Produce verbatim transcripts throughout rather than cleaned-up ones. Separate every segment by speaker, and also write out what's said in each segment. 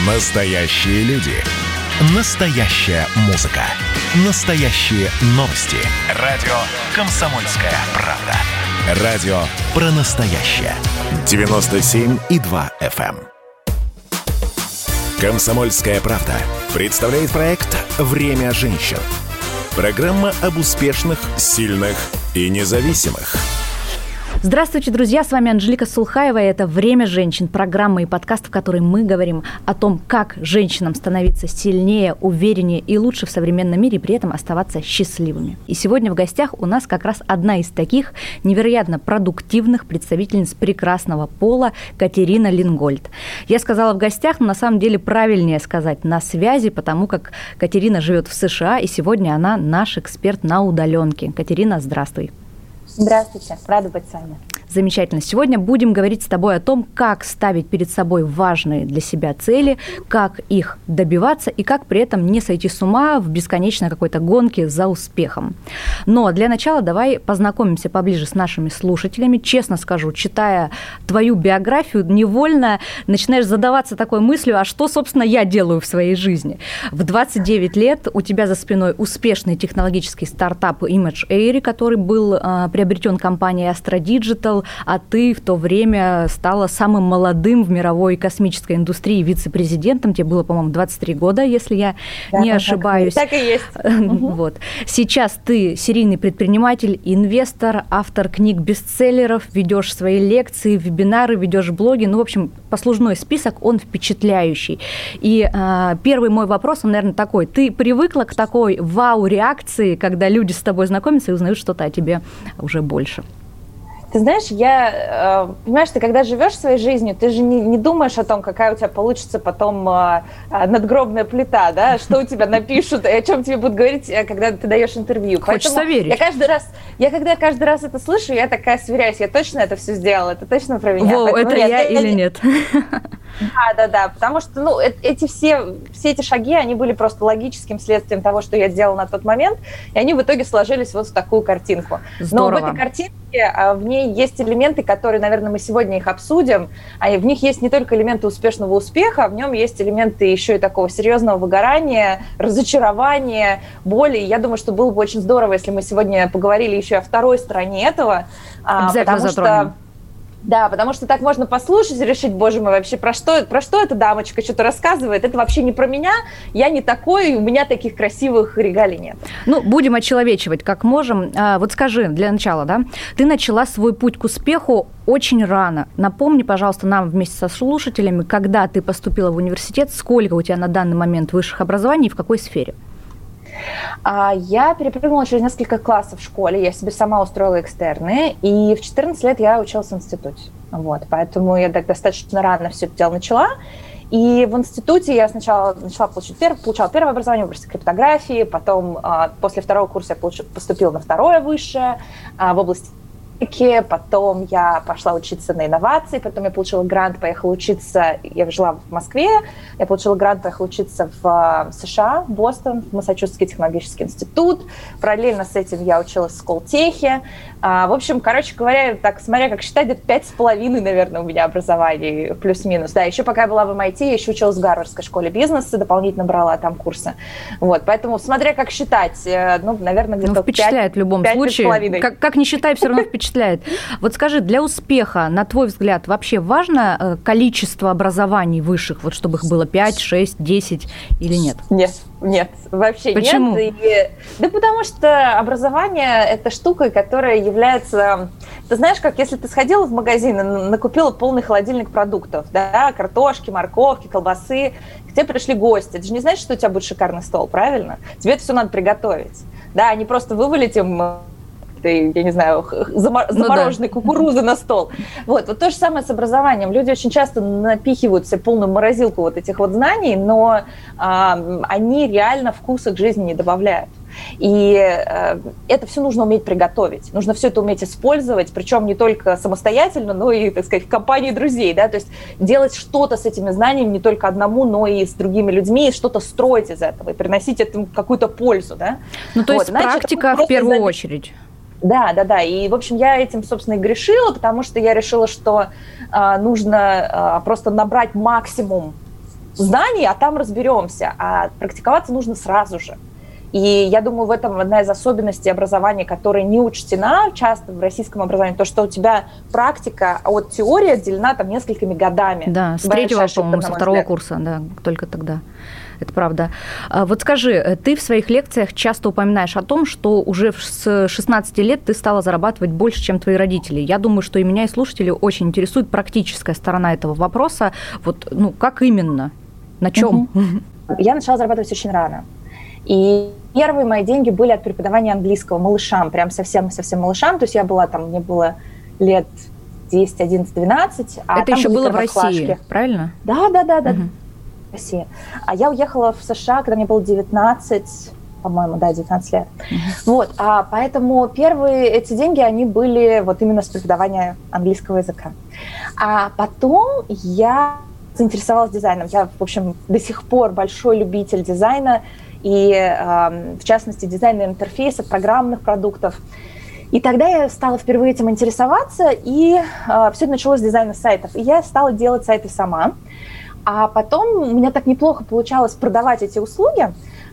Speaker 1: Настоящие люди. Настоящая музыка. Настоящие новости. Радио «Комсомольская правда». Радио про настоящее. девяносто семь и два эф эм. «Комсомольская правда» представляет проект «Время женщин». Программа об успешных, сильных и независимых.
Speaker 2: Здравствуйте, друзья! С вами Анжелика Сулхаева. И это «Время женщин», программа и подкаст, в которой мы говорим о том, как женщинам становиться сильнее, увереннее и лучше в современном мире, и при этом оставаться счастливыми. И сегодня в гостях у нас как раз одна из таких невероятно продуктивных представительниц прекрасного пола Катерина Лингольд. Я сказала в гостях, но на самом деле правильнее сказать на связи, потому как Катерина живет в США, и сегодня она наш эксперт на удаленке. Катерина, здравствуй!
Speaker 3: Здравствуйте, рада быть с вами.
Speaker 2: Замечательно. Сегодня будем говорить с тобой о том, как ставить перед собой важные для себя цели, как их добиваться и как при этом не сойти с ума в бесконечной какой-то гонке за успехом. Но для начала давай познакомимся поближе с нашими слушателями. Честно скажу, читая твою биографию, невольно начинаешь задаваться такой мыслью, а что, собственно, я делаю в своей жизни? В двадцать девять лет у тебя за спиной успешный технологический стартап ImageAir, который был а, приобретен компанией Astra Digital, а ты в то время стала самым молодым в мировой космической индустрии вице-президентом. Тебе было, по-моему, двадцать три года, если я да, не ошибаюсь.
Speaker 3: Так, так и есть.
Speaker 2: Вот. Сейчас ты серийный предприниматель, инвестор, автор книг-бестселлеров, ведешь свои лекции, вебинары, ведешь блоги. Ну, в общем, послужной список, он впечатляющий. И а, первый мой вопрос, он, наверное, такой. Ты привыкла к такой вау-реакции, когда люди с тобой знакомятся и узнают что-то о тебе уже больше?
Speaker 3: Ты знаешь, я, э, понимаешь, ты когда живешь своей жизнью, ты же не, не думаешь о том, какая у тебя получится потом э, надгробная плита, да, что у тебя напишут, и о чем тебе будут говорить, когда ты даешь интервью.
Speaker 2: Хочется
Speaker 3: Поэтому
Speaker 2: верить.
Speaker 3: Я каждый раз, я когда каждый раз это слышу, я такая сверяюсь, я точно это все сделала, это точно про меня.
Speaker 2: Воу, это я, я или нет?
Speaker 3: Да, да, да, потому что, ну, эти все, все эти шаги, они были просто логическим следствием того, что я делала на тот момент, и они в итоге сложились вот в такую картинку.
Speaker 2: Здорово.
Speaker 3: Но в этой картинке, в ней есть элементы, которые, наверное, мы сегодня их обсудим, а в них есть не только элементы успешного успеха, в нем есть элементы еще и такого серьезного выгорания, разочарования, боли. И я думаю, что было бы очень здорово, если мы сегодня поговорили еще о второй стороне этого.
Speaker 2: Обязательно
Speaker 3: потому
Speaker 2: затронем.
Speaker 3: Что Да, потому что так можно послушать и решить, боже мой, вообще про что, про что эта дамочка что-то рассказывает, это вообще не про меня, я не такой, и у меня таких красивых регалий нет.
Speaker 2: Ну, будем очеловечивать как можем. А, вот скажи, для начала, да, ты начала свой путь к успеху очень рано. Напомни, пожалуйста, нам вместе со слушателями, когда ты поступила в университет, сколько у тебя на данный момент высших образований и в какой сфере?
Speaker 3: Я перепрыгнула через несколько классов в школе, я себе сама устроила экстерны, и в четырнадцать лет я училась в институте. Вот, поэтому я так достаточно рано все это дело начала. И в институте я сначала начала получать пер, получала первое образование в области криптографии, потом после второго курса я получ, поступила на второе высшее в области потом я пошла учиться на инновации, потом я получила грант, поехала учиться, я жила в Москве, я получила грант, поехала учиться в США, в Бостон, в Массачусетский технологический институт, параллельно с этим я училась в Сколтехе. В общем, короче говоря, так, смотря как считать, где-то пять с половиной, наверное, у меня образований, плюс-минус. Да, еще пока я была в эм ай ти, я еще училась в Гарвардской школе бизнеса, дополнительно брала там курсы. Вот, поэтому, смотря как считать, ну, наверное, где-то
Speaker 2: ну, впечатляет
Speaker 3: пять,
Speaker 2: в любом
Speaker 3: пять
Speaker 2: случае. Как, как не считай, все равно впечатляет. Вот скажи, для успеха, на твой взгляд, вообще важно количество образований высших, вот чтобы их было пять, шесть, десять или нет?
Speaker 3: Нет, нет, вообще
Speaker 2: Почему?
Speaker 3: нет. И, да потому что образование – это штука, которая является… Ты знаешь, как если ты сходила в магазин и накупила полный холодильник продуктов, да, картошки, морковки, колбасы, к тебе пришли гости, это же не значит, что у тебя будет шикарный стол, правильно? Тебе это все надо приготовить. Да, а не просто вывалить им… я не знаю, замороженной ну, да. кукурузы на стол. Вот, вот то же самое с образованием. Люди очень часто напихивают себе полную морозилку вот этих вот знаний, но а, они реально вкуса к жизни не добавляют. И э, это все нужно уметь приготовить. Нужно все это уметь использовать, причем не только самостоятельно, но и, так сказать, в компании друзей. Да? То есть делать что-то с этими знаниями не только одному, но и с другими людьми, и что-то строить из этого, и приносить этому какую-то пользу. Да?
Speaker 2: Ну, то
Speaker 3: вот,
Speaker 2: есть практика в первую
Speaker 3: забить... очередь. Да, да, да. И, в общем, я этим, собственно, и грешила, потому что я решила, что э, нужно э, просто набрать максимум знаний, а там разберемся. А практиковаться нужно сразу же. И я думаю, в этом одна из особенностей образования, которая не учтена часто в российском образовании, то, что у тебя практика от теории отделена там несколькими годами.
Speaker 2: Да, с третьего, по-моему, со второго курса, да, только тогда. Это правда. Вот скажи, ты в своих лекциях часто упоминаешь о том, что уже с шестнадцати лет ты стала зарабатывать больше, чем твои родители. Я думаю, что и меня, и слушателей очень интересует практическая сторона этого вопроса. Вот, ну, как именно? На чем?
Speaker 3: Угу. Я начала зарабатывать очень рано. И первые мои деньги были от преподавания английского малышам, прям совсем-совсем малышам. То есть я была там, мне было лет десять, одиннадцать, двенадцать. А
Speaker 2: это еще было в России, правильно?
Speaker 3: Да, да, да, да.
Speaker 2: Угу.
Speaker 3: В России. А я уехала в США, когда мне было девятнадцать, по-моему, да, девятнадцать лет. Uh-huh. Вот, а поэтому первые эти деньги, они были вот именно с преподавания английского языка. А потом я заинтересовалась дизайном. Я, в общем, до сих пор большой любитель дизайна, и, э, в частности, дизайна интерфейса, программных продуктов. И тогда я стала впервые этим интересоваться, и э, все это началось с дизайна сайтов. И я стала делать сайты сама. А потом у меня так неплохо получалось продавать эти услуги,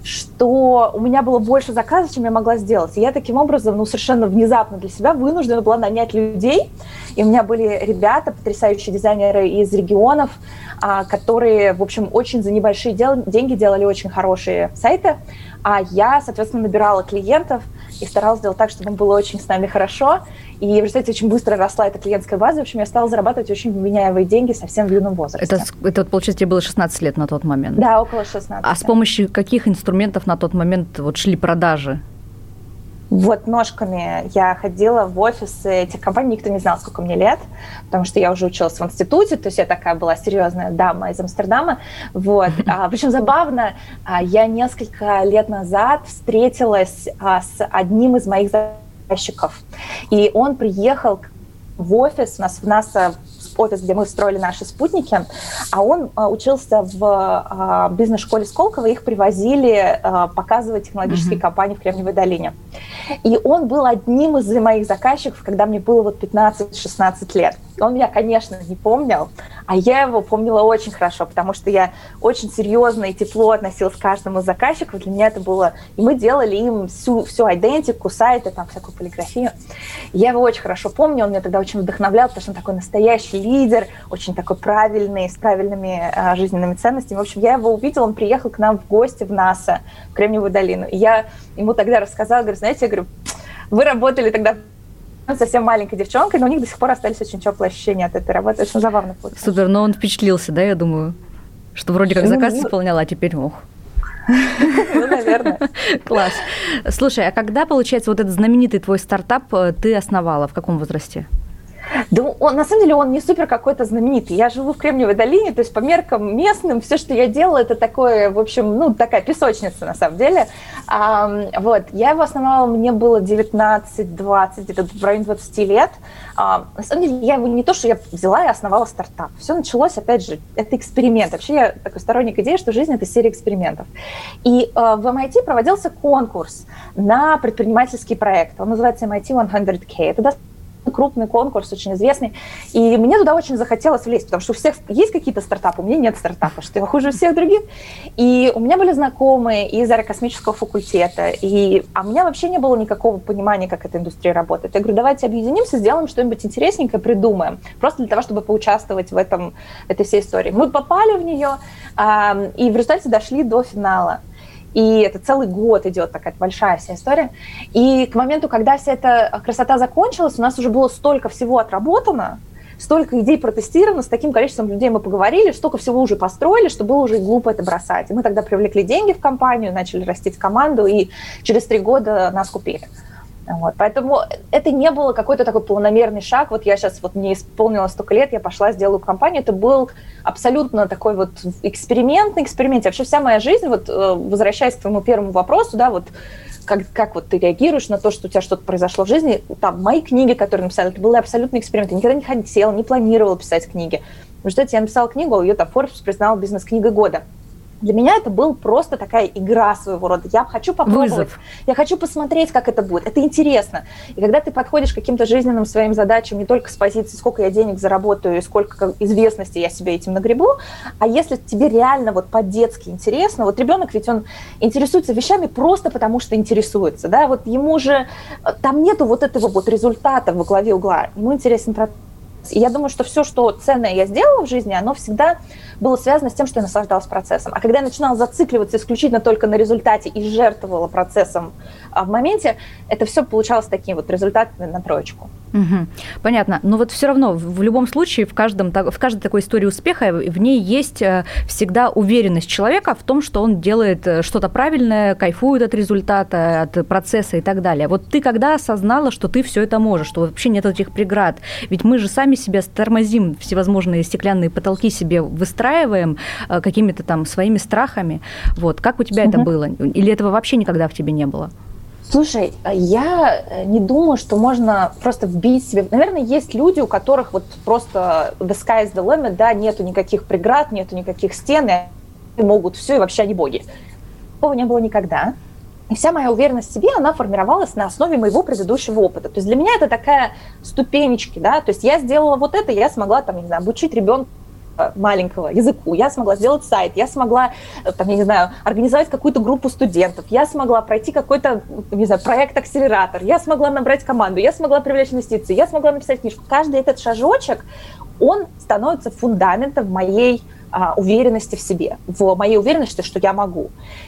Speaker 3: что у меня было больше заказов, чем я могла сделать. И я таким образом, ну, совершенно внезапно для себя вынуждена была нанять людей. И у меня были ребята, потрясающие дизайнеры из регионов, которые, в общем, очень за небольшие дел- деньги делали очень хорошие сайты. А я, соответственно, набирала клиентов и старалась сделать так, чтобы им было очень с нами хорошо. И в результате очень быстро росла эта клиентская база. В общем, я стала зарабатывать очень вменяемые деньги совсем в юном возрасте.
Speaker 2: Это, это получается, тебе было шестнадцать лет на тот момент?
Speaker 3: Да, около шестнадцати.
Speaker 2: А с помощью каких инструментов на тот момент вот шли продажи?
Speaker 3: Вот ножками я ходила в офисы этих компаний, никто не знал, сколько мне лет, потому что я уже училась в институте, то есть я такая была серьезная дама из Амстердама. Вот. А, причем забавно, я несколько лет назад встретилась а, с одним из моих заказчиков, и он приехал в офис, у нас в НАСА офис, где мы строили наши спутники, а он а, учился в а, бизнес-школе Сколково, их привозили а, показывать технологические mm-hmm. компании в Кремниевой долине. И он был одним из моих заказчиков, когда мне было вот пятнадцать-шестнадцать лет. Он меня, конечно, не помнил, а я его помнила очень хорошо, потому что я очень серьезно и тепло относилась к каждому из заказчиков. Для меня это было... И мы делали им всю, всю идентику, сайты, там, всякую полиграфию. Я его очень хорошо помню, он меня тогда очень вдохновлял, потому что он такой настоящий лидер, очень такой правильный, с правильными а, жизненными ценностями. В общем, я его увидела, он приехал к нам в гости в НАСА, в Кремниевую долину. И я ему тогда рассказала, говорю, знаете, я говорю, вы работали тогда совсем маленькой девчонкой, но у них до сих пор остались очень теплые ощущения от этой работы. Очень забавно получилось.
Speaker 2: Супер, но он впечатлился, да, я думаю, что вроде как заказ исполняла, а теперь ох.
Speaker 3: Ну, наверное.
Speaker 2: Класс. Слушай, а когда, получается, вот этот знаменитый твой стартап ты основала? В каком возрасте?
Speaker 3: Да он, на самом деле, он не супер какой-то знаменитый. Я живу в Кремниевой долине, то есть по меркам местным все, что я делала, это такое, в общем, ну, такая песочница, на самом деле. А, вот, я его основала, мне было девятнадцать-двадцать, где-то в районе двадцати лет. А, на самом деле, я его не то, что я взяла и основала стартап. Все началось, опять же, это эксперимент. Вообще, я такой сторонник идеи, что жизнь – это серия экспериментов. И а, в эм ай ти проводился конкурс на предпринимательский проект. Он называется эм ай ти сто кей. Это достаточно крупный конкурс, очень известный. И мне туда очень захотелось влезть, потому что у всех есть какие-то стартапы, у меня нет стартапа, что я хуже всех других. И у меня были знакомые из аэрокосмического факультета, и, а у меня вообще не было никакого понимания, как эта индустрия работает. Я говорю, давайте объединимся, сделаем что-нибудь интересненькое, придумаем, просто для того, чтобы поучаствовать в этом, этой всей истории. Мы попали в нее, и в результате дошли до финала. И это целый год идет такая большая вся история. И к моменту, когда вся эта красота закончилась, у нас уже было столько всего отработано, столько идей протестировано, с таким количеством людей мы поговорили, столько всего уже построили, что было уже глупо это бросать. И мы тогда привлекли деньги в компанию, начали растить команду, и через три года нас купили. Вот. Поэтому это не было какой-то такой планомерный шаг. Вот я сейчас, вот мне исполнилось столько лет, я пошла, сделаю компанию. Это был абсолютно такой вот эксперимент на эксперименте. Вообще вся моя жизнь, вот возвращаясь к твоему первому вопросу, да, вот как, как вот ты реагируешь на то, что у тебя что-то произошло в жизни. Там мои книги, которые написали, это был абсолютный эксперимент. Я никогда не хотела, не планировала писать книги. В результате я написала книгу, ее там Forbes признал бизнес-книгой года. Для меня это был просто такая игра своего рода. Я хочу попробовать,
Speaker 2: вызов.
Speaker 3: Я хочу посмотреть, как это будет. Это интересно. И когда ты подходишь к каким-то жизненным своим задачам не только с позиции, сколько я денег заработаю и сколько известности я себе этим нагребу, а если тебе реально вот по-детски интересно, вот ребенок ведь он интересуется вещами просто потому, что интересуется, да, вот ему же, там нету вот этого вот результата во главе угла, ему интересен процесс. И я думаю, что все, что ценное я сделала в жизни, оно всегда было связано с тем, что я наслаждалась процессом. А когда я начинала зацикливаться исключительно только на результате и жертвовала процессом в моменте, это все получалось таким вот результатом на троечку.
Speaker 2: Угу. Понятно. Но вот все равно в любом случае в, каждом, в каждой такой истории успеха в ней есть всегда уверенность человека в том, что он делает что-то правильное, кайфует от результата, от процесса и так далее. Вот ты когда осознала, что ты все это можешь, что вообще нет этих преград? Ведь мы же сами себя тормозим, всевозможные стеклянные потолки себе выстраиваем какими-то там своими страхами. Вот. Как у тебя угу. это было? Или этого вообще никогда в тебе не было?
Speaker 3: Слушай, я не думаю, что можно просто вбить себе... Наверное, есть люди, у которых вот просто the sky is the limit, да, нету никаких преград, нету никаких стен, и могут все, и вообще они боги. Такого не было никогда. И вся моя уверенность в себе, она формировалась на основе моего предыдущего опыта. То есть для меня это такая ступенечки, да, то есть я сделала вот это, я смогла, там, не знаю, обучить ребенка маленького языку, я смогла сделать сайт, я смогла, там, я не знаю, организовать какую-то группу студентов, я смогла пройти какой-то, не знаю, проект-акселератор, я смогла набрать команду, я смогла привлечь инвестиции, я смогла написать книжку. Каждый этот шажочек, он становится фундаментом моей а, уверенности в себе, в моей уверенности, что я могу.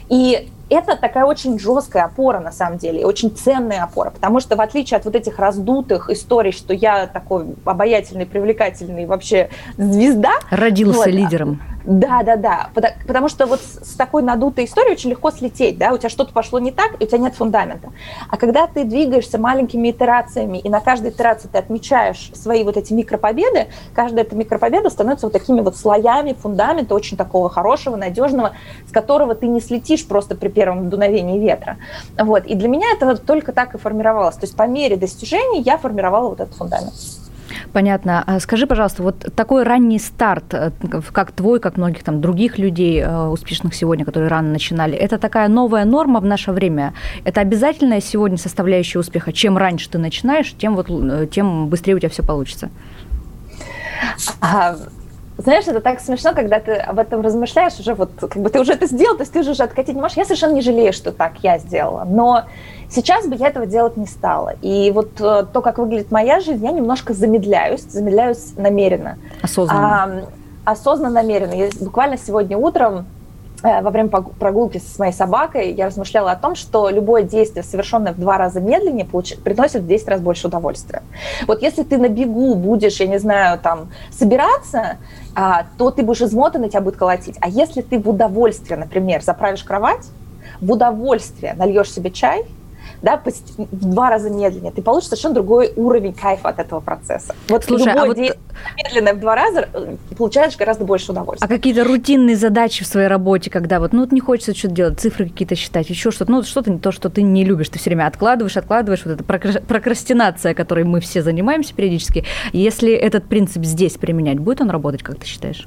Speaker 3: И это такая очень жесткая опора, на самом деле, и очень ценная опора, потому что в отличие от вот этих раздутых историй, что я такой обаятельный, привлекательный вообще звезда.
Speaker 2: Родился вот, лидером.
Speaker 3: Да, да, да, потому, потому что вот с, с такой надутой историей очень легко слететь, да, у тебя что-то пошло не так, и у тебя нет фундамента. А когда ты двигаешься маленькими итерациями, и на каждой итерации ты отмечаешь свои вот эти микропобеды, каждая эта микропобеда становится вот такими вот слоями фундамента, очень такого хорошего, надежного, с которого ты не слетишь просто при первом дуновении ветра. Вот. И для меня это только так и формировалось. То есть по мере достижений я формировала вот этот фундамент.
Speaker 2: Понятно. Скажи, пожалуйста, вот такой ранний старт, как твой, как многих там других людей успешных сегодня, которые рано начинали, это такая новая норма в наше время? Это обязательная сегодня составляющая успеха? Чем раньше ты начинаешь, тем, вот, тем быстрее у тебя все получится?
Speaker 3: А, знаешь, это так смешно, когда ты об этом размышляешь, уже вот как бы ты уже это сделал, то есть ты же уже откатить не можешь. Я совершенно не жалею, что так я сделала, но сейчас бы я этого делать не стала. И вот то, как выглядит моя жизнь, я немножко замедляюсь, замедляюсь намеренно.
Speaker 2: Осознанно.
Speaker 3: А, осознанно, намеренно. Я буквально сегодня утром во время прогулки с моей собакой я размышляла о том, что любое действие, совершенное в два раза медленнее, получ... приносит в десять раз больше удовольствия. Вот если ты на бегу будешь, я не знаю, там, собираться, а, то ты будешь измотан, и тебя будет колотить. А если ты в удовольствие, например, заправишь кровать, в удовольствие нальешь себе чай, да, в два раза медленнее, ты получишь совершенно другой уровень кайфа от этого процесса. Вот
Speaker 2: Слушай,
Speaker 3: любое
Speaker 2: а вот
Speaker 3: действие медленное в два раза получаешь гораздо больше удовольствия.
Speaker 2: А какие-то рутинные задачи в своей работе, когда вот, ну, вот не хочется что-то делать, цифры какие-то считать, еще что-то, ну, что-то не то, что ты не любишь, ты все время откладываешь, откладываешь, вот эта прокрастинация, которой мы все занимаемся периодически. Если этот принцип здесь применять, будет он работать, как ты считаешь?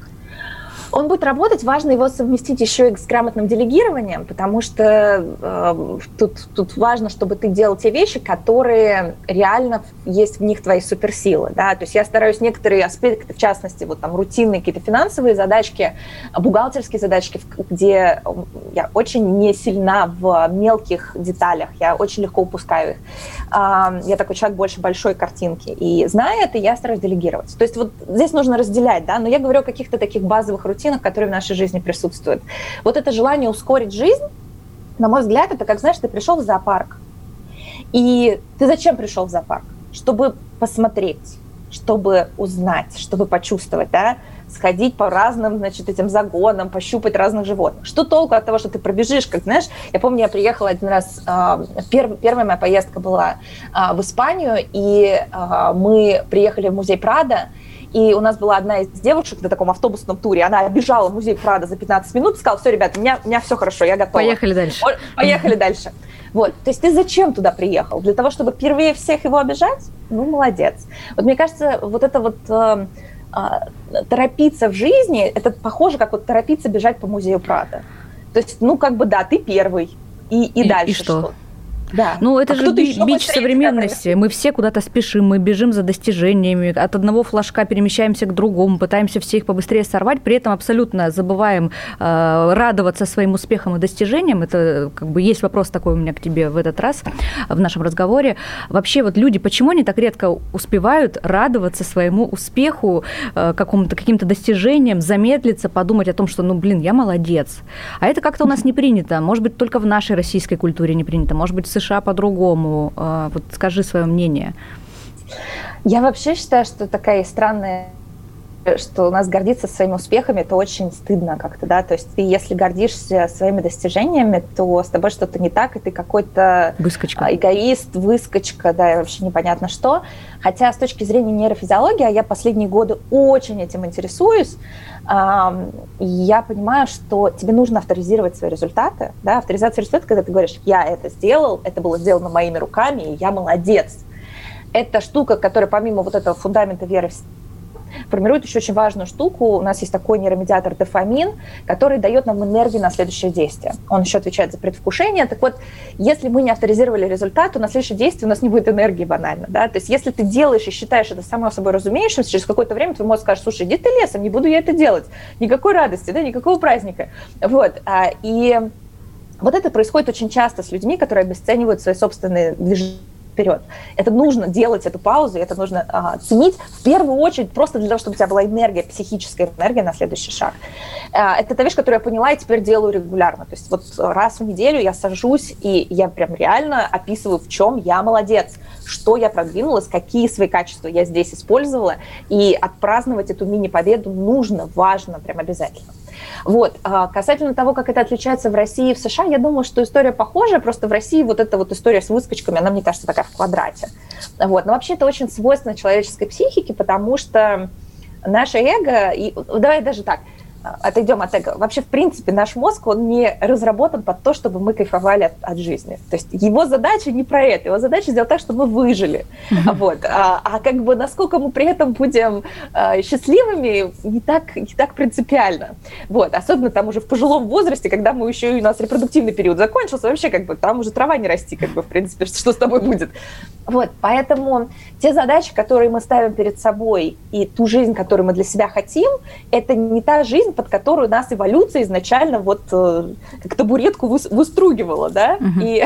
Speaker 3: Он будет работать, важно его совместить еще и с грамотным делегированием, потому что э, тут, тут важно, чтобы ты делал те вещи, которые реально есть в них твои суперсилы, да, то есть я стараюсь некоторые аспекты, в частности, вот там рутинные какие-то финансовые задачки, бухгалтерские задачки, где я очень не сильна в мелких деталях, я очень легко упускаю их. Э, я такой человек больше большой картинки, и зная это, я стараюсь делегировать. То есть вот здесь нужно разделять, да, но я говорю о каких-то таких базовых рутинах, которые в нашей жизни присутствуют. Вот это желание ускорить жизнь, на мой взгляд, это как, знаешь, ты пришел в зоопарк. И ты зачем пришел в зоопарк? Чтобы посмотреть, чтобы узнать, чтобы почувствовать, да? Сходить по разным, значит, этим загонам, пощупать разных животных. Что толку от того, что ты пробежишь, как, знаешь, я помню, я приехала один раз, э, перв, первая моя поездка была э, в Испанию, и э, мы приехали в музей Прадо, и у нас была одна из девушек на таком автобусном туре, она обежала в музей Прадо за пятнадцать минут и сказала: все, ребята, у меня, у меня все хорошо, я готова.
Speaker 2: Поехали дальше.
Speaker 3: Поехали дальше. Вот, то есть ты зачем туда приехал? Для того, чтобы впервые всех его обижать? Ну, молодец. Вот мне кажется, вот это вот э, а, торопиться в жизни, это похоже, как вот торопиться бежать по музею Прадо. То есть, ну, как бы, да, ты первый, и, и, и дальше
Speaker 2: и что?
Speaker 3: что? Да.
Speaker 2: Ну, это
Speaker 3: а
Speaker 2: же би- бич современности. Мы все куда-то спешим, мы бежим за достижениями, от одного флажка перемещаемся к другому, пытаемся все их побыстрее сорвать, при этом абсолютно забываем э, радоваться своим успехам и достижениям. Это как бы есть вопрос такой у меня к тебе в этот раз, в нашем разговоре. Вообще вот люди, почему они так редко успевают радоваться своему успеху, э, какому-то, каким-то достижениям, замедлиться, подумать о том, что, ну, блин, я молодец. А это как-то у нас не принято. Может быть, только в нашей российской культуре не принято. Может быть, в США по-другому. Вот скажи свое мнение.
Speaker 3: Я вообще считаю, что такая есть странная, что у нас гордиться своими успехами, это очень стыдно как-то, да, то есть ты, если гордишься своими достижениями, то с тобой что-то не так, и ты какой-то
Speaker 2: выскочка.
Speaker 3: эгоист, выскочка, да, и вообще непонятно что. Хотя с точки зрения нейрофизиологии, а я последние годы очень этим интересуюсь, я понимаю, что тебе нужно авторизировать свои результаты, да, авторизация результатов, когда ты говоришь, я это сделал, это было сделано моими руками, и я молодец. Это штука, которая помимо вот этого фундамента веры в себя, формирует еще очень важную штуку. У нас есть такой нейромедиатор дофамин, который дает нам энергию на следующее действие. Он еще отвечает за предвкушение. Так вот, если мы не авторизировали результат, то на следующее действие у нас не будет энергии банально. Да? То есть если ты делаешь и считаешь это само собой разумеющимся, через какое-то время твой мозг скажет, слушай, иди ты лесом, не буду я это делать. Никакой радости, да, никакого праздника. Вот. И вот это происходит очень часто с людьми, которые обесценивают свои собственные движения вперед. Это нужно делать, эту паузу, это нужно а, ценить в первую очередь просто для того, чтобы у тебя была энергия, психическая энергия на следующий шаг. А, это та вещь, которую я поняла и теперь делаю регулярно. То есть вот раз в неделю я сажусь, и я прям реально описываю, в чем я молодец, что я продвинулась, какие свои качества я здесь использовала, и отпраздновать эту мини-победу нужно, важно, прям обязательно. Вот. А касательно того, как это отличается в России и в США, я думаю, что история похожая, просто в России вот эта вот история с выскочками, она, мне кажется, такая в квадрате. Вот. Но вообще это очень свойственно человеческой психике, потому что наше эго, и, давай даже так, отойдем от эго. Вообще, в принципе, наш мозг, он не разработан под то, чтобы мы кайфовали от, от жизни. То есть его задача не про это. Его задача сделать так, чтобы мы выжили. Mm-hmm. Вот. А, а как бы насколько мы при этом будем а, счастливыми, не так, не так принципиально. Вот. Особенно там уже в пожилом возрасте, когда мы еще и у нас репродуктивный период закончился, вообще как бы там уже трава не расти, как бы, в принципе, что с тобой будет. Вот. Поэтому те задачи, которые мы ставим перед собой, и ту жизнь, которую мы для себя хотим, это не та жизнь, под которую нас эволюция изначально вот э, как табуретку выстругивала, да, uh-huh. и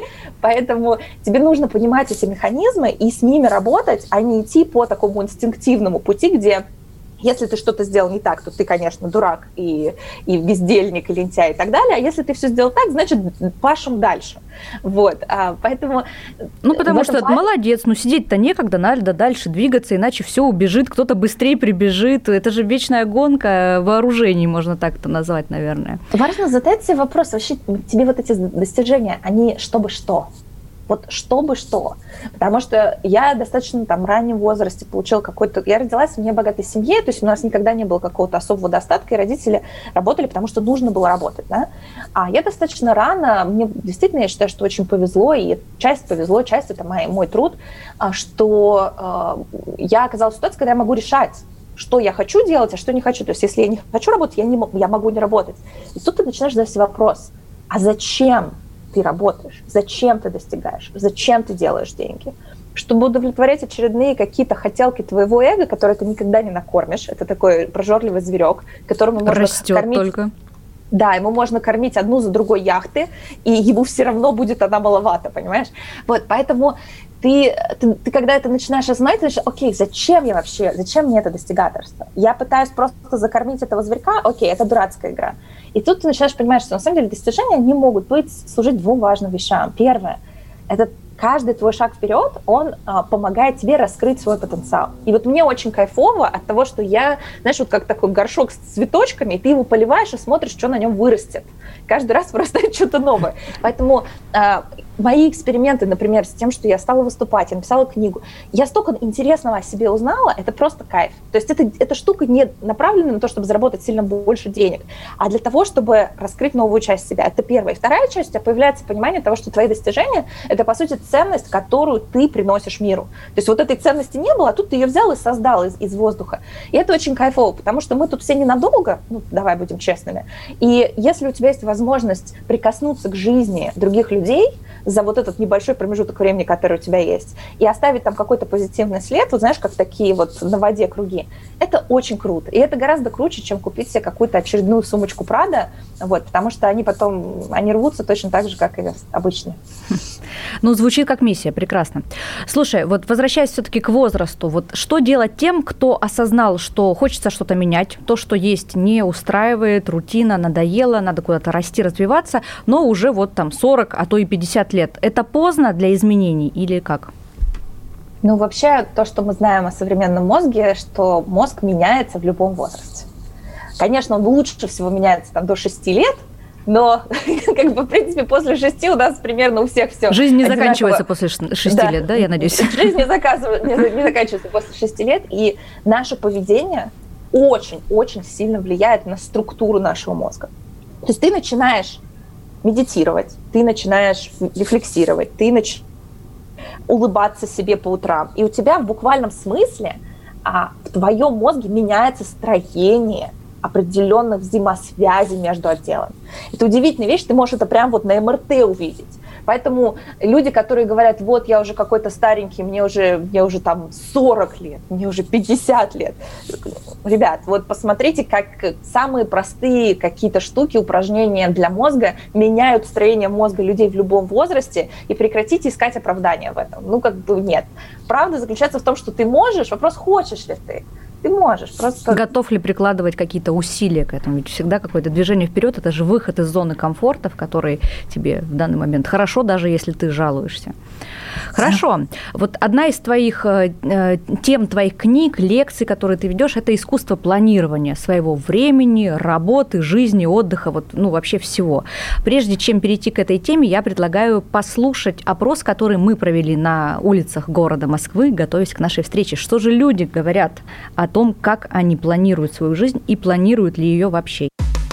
Speaker 3: поэтому тебе нужно понимать эти механизмы и с ними работать, а не идти по такому инстинктивному пути, где если ты что-то сделал не так, то ты, конечно, дурак и, и бездельник, и лентяй и так далее. А если ты все сделал так, значит, пашем дальше. Вот. А, поэтому...
Speaker 2: Ну, потому что плане... молодец, ну, сидеть-то некогда, надо дальше двигаться, иначе все убежит, кто-то быстрее прибежит. Это же вечная гонка вооружений, можно так-то назвать, наверное.
Speaker 3: Важно задать себе вопрос, вообще тебе вот эти достижения, они чтобы что? Вот чтобы что. Потому что я достаточно там в раннем возрасте получила какой-то... Я родилась в небогатой семье, то есть у нас никогда не было какого-то особого достатка, и родители работали, потому что нужно было работать, да. А я достаточно рано, мне действительно, я считаю, что очень повезло, и часть повезло, часть это мой, мой труд, что э, я оказалась в ситуации, когда я могу решать, что я хочу делать, а что не хочу. То есть если я не хочу работать, я, не, я могу не работать. И тут ты начинаешь задать себе вопрос, а зачем ты работаешь, зачем ты достигаешь, зачем ты делаешь деньги, чтобы удовлетворять очередные какие-то хотелки твоего эго, которые ты никогда не накормишь. Это такой прожорливый зверек, которому можно
Speaker 2: растет
Speaker 3: кормить.
Speaker 2: Только.
Speaker 3: Да, ему можно кормить одну за другой яхты, и ему все равно будет она маловато, понимаешь? Вот, поэтому ты, ты, ты когда это начинаешь осознавать, ты начинаешь, окей, зачем я вообще, зачем мне это достигаторство? Я пытаюсь просто закормить этого зверька, окей, это дурацкая игра. И тут ты начинаешь понимать, что на самом деле достижения, они могут быть, служить двум важным вещам. Первое, это каждый твой шаг вперед, он а, помогает тебе раскрыть свой потенциал. И вот мне очень кайфово от того, что я, знаешь, вот как такой горшок с цветочками, и ты его поливаешь и смотришь, что на нем вырастет. Каждый раз вырастает что-то новое. Поэтому а, мои эксперименты, например, с тем, что я стала выступать, я написала книгу, я столько интересного о себе узнала, это просто кайф. То есть это, эта штука не направлена на то, чтобы заработать сильно больше денег, а для того, чтобы раскрыть новую часть себя. Это первая. И вторая часть, у тебя появляется понимание того, что твои достижения – это, по сути, ценность, которую ты приносишь миру. То есть вот этой ценности не было, а тут ты ее взял и создал из, из воздуха. И это очень кайфово, потому что мы тут все ненадолго, ну, давай будем честными, и если у тебя есть возможность прикоснуться к жизни других людей за вот этот небольшой промежуток времени, который у тебя есть, и оставить там какой-то позитивный след, вот знаешь, как такие вот на воде круги, это очень круто. И это гораздо круче, чем купить себе какую-то очередную сумочку Прада, вот, потому что они потом, они рвутся точно так же, как и обычные.
Speaker 2: Ну, звучит как миссия, прекрасно. Слушай, вот возвращаясь все-таки к возрасту, вот что делать тем, кто осознал, что хочется что-то менять, то, что есть, не устраивает, рутина, надоело, надо куда-то расти, развиваться, но уже вот там сорок, а то и пятьдесят лет. Это поздно для изменений или как?
Speaker 3: Ну, вообще, то, что мы знаем о современном мозге, что мозг меняется в любом возрасте. Конечно, он лучше всего меняется там, до шести лет, но, как бы, в принципе, после шести у нас примерно у всех все.
Speaker 2: Жизнь не одинаково. Заканчивается после шести да. лет, да, я надеюсь?
Speaker 3: Жизнь не, не, не заканчивается после шести лет, и наше поведение очень-очень сильно влияет на структуру нашего мозга. То есть ты начинаешь медитировать, ты начинаешь рефлексировать, ты начинаешь улыбаться себе по утрам, и у тебя в буквальном смысле а, в твоем мозге меняется строение определенных взаимосвязей между отделами. Это удивительная вещь, ты можешь это прям вот на эм эр тэ увидеть. Поэтому люди, которые говорят, вот я уже какой-то старенький, мне уже, мне уже там сорок лет, мне уже пятьдесят лет. Ребят, вот посмотрите, как самые простые какие-то штуки, упражнения для мозга меняют строение мозга людей в любом возрасте, и прекратите искать оправдания в этом. Ну, как бы нет. Правда заключается в том, что ты можешь, вопрос, хочешь ли ты. Ты можешь просто...
Speaker 2: Готов ли прикладывать какие-то усилия к этому? Ведь всегда какое-то движение вперед, это же выход из зоны комфорта, в которой тебе в данный момент хорошо, даже если ты жалуешься. Хорошо. Вот одна из твоих э, тем твоих книг, лекций, которые ты ведешь, это искусство планирования своего времени, работы, жизни, отдыха, вот, ну, вообще всего. Прежде чем перейти к этой теме, я предлагаю послушать опрос, который мы провели на улицах города Москвы, готовясь к нашей встрече. Что же люди говорят о том, как они планируют свою жизнь и планируют ли ее вообще?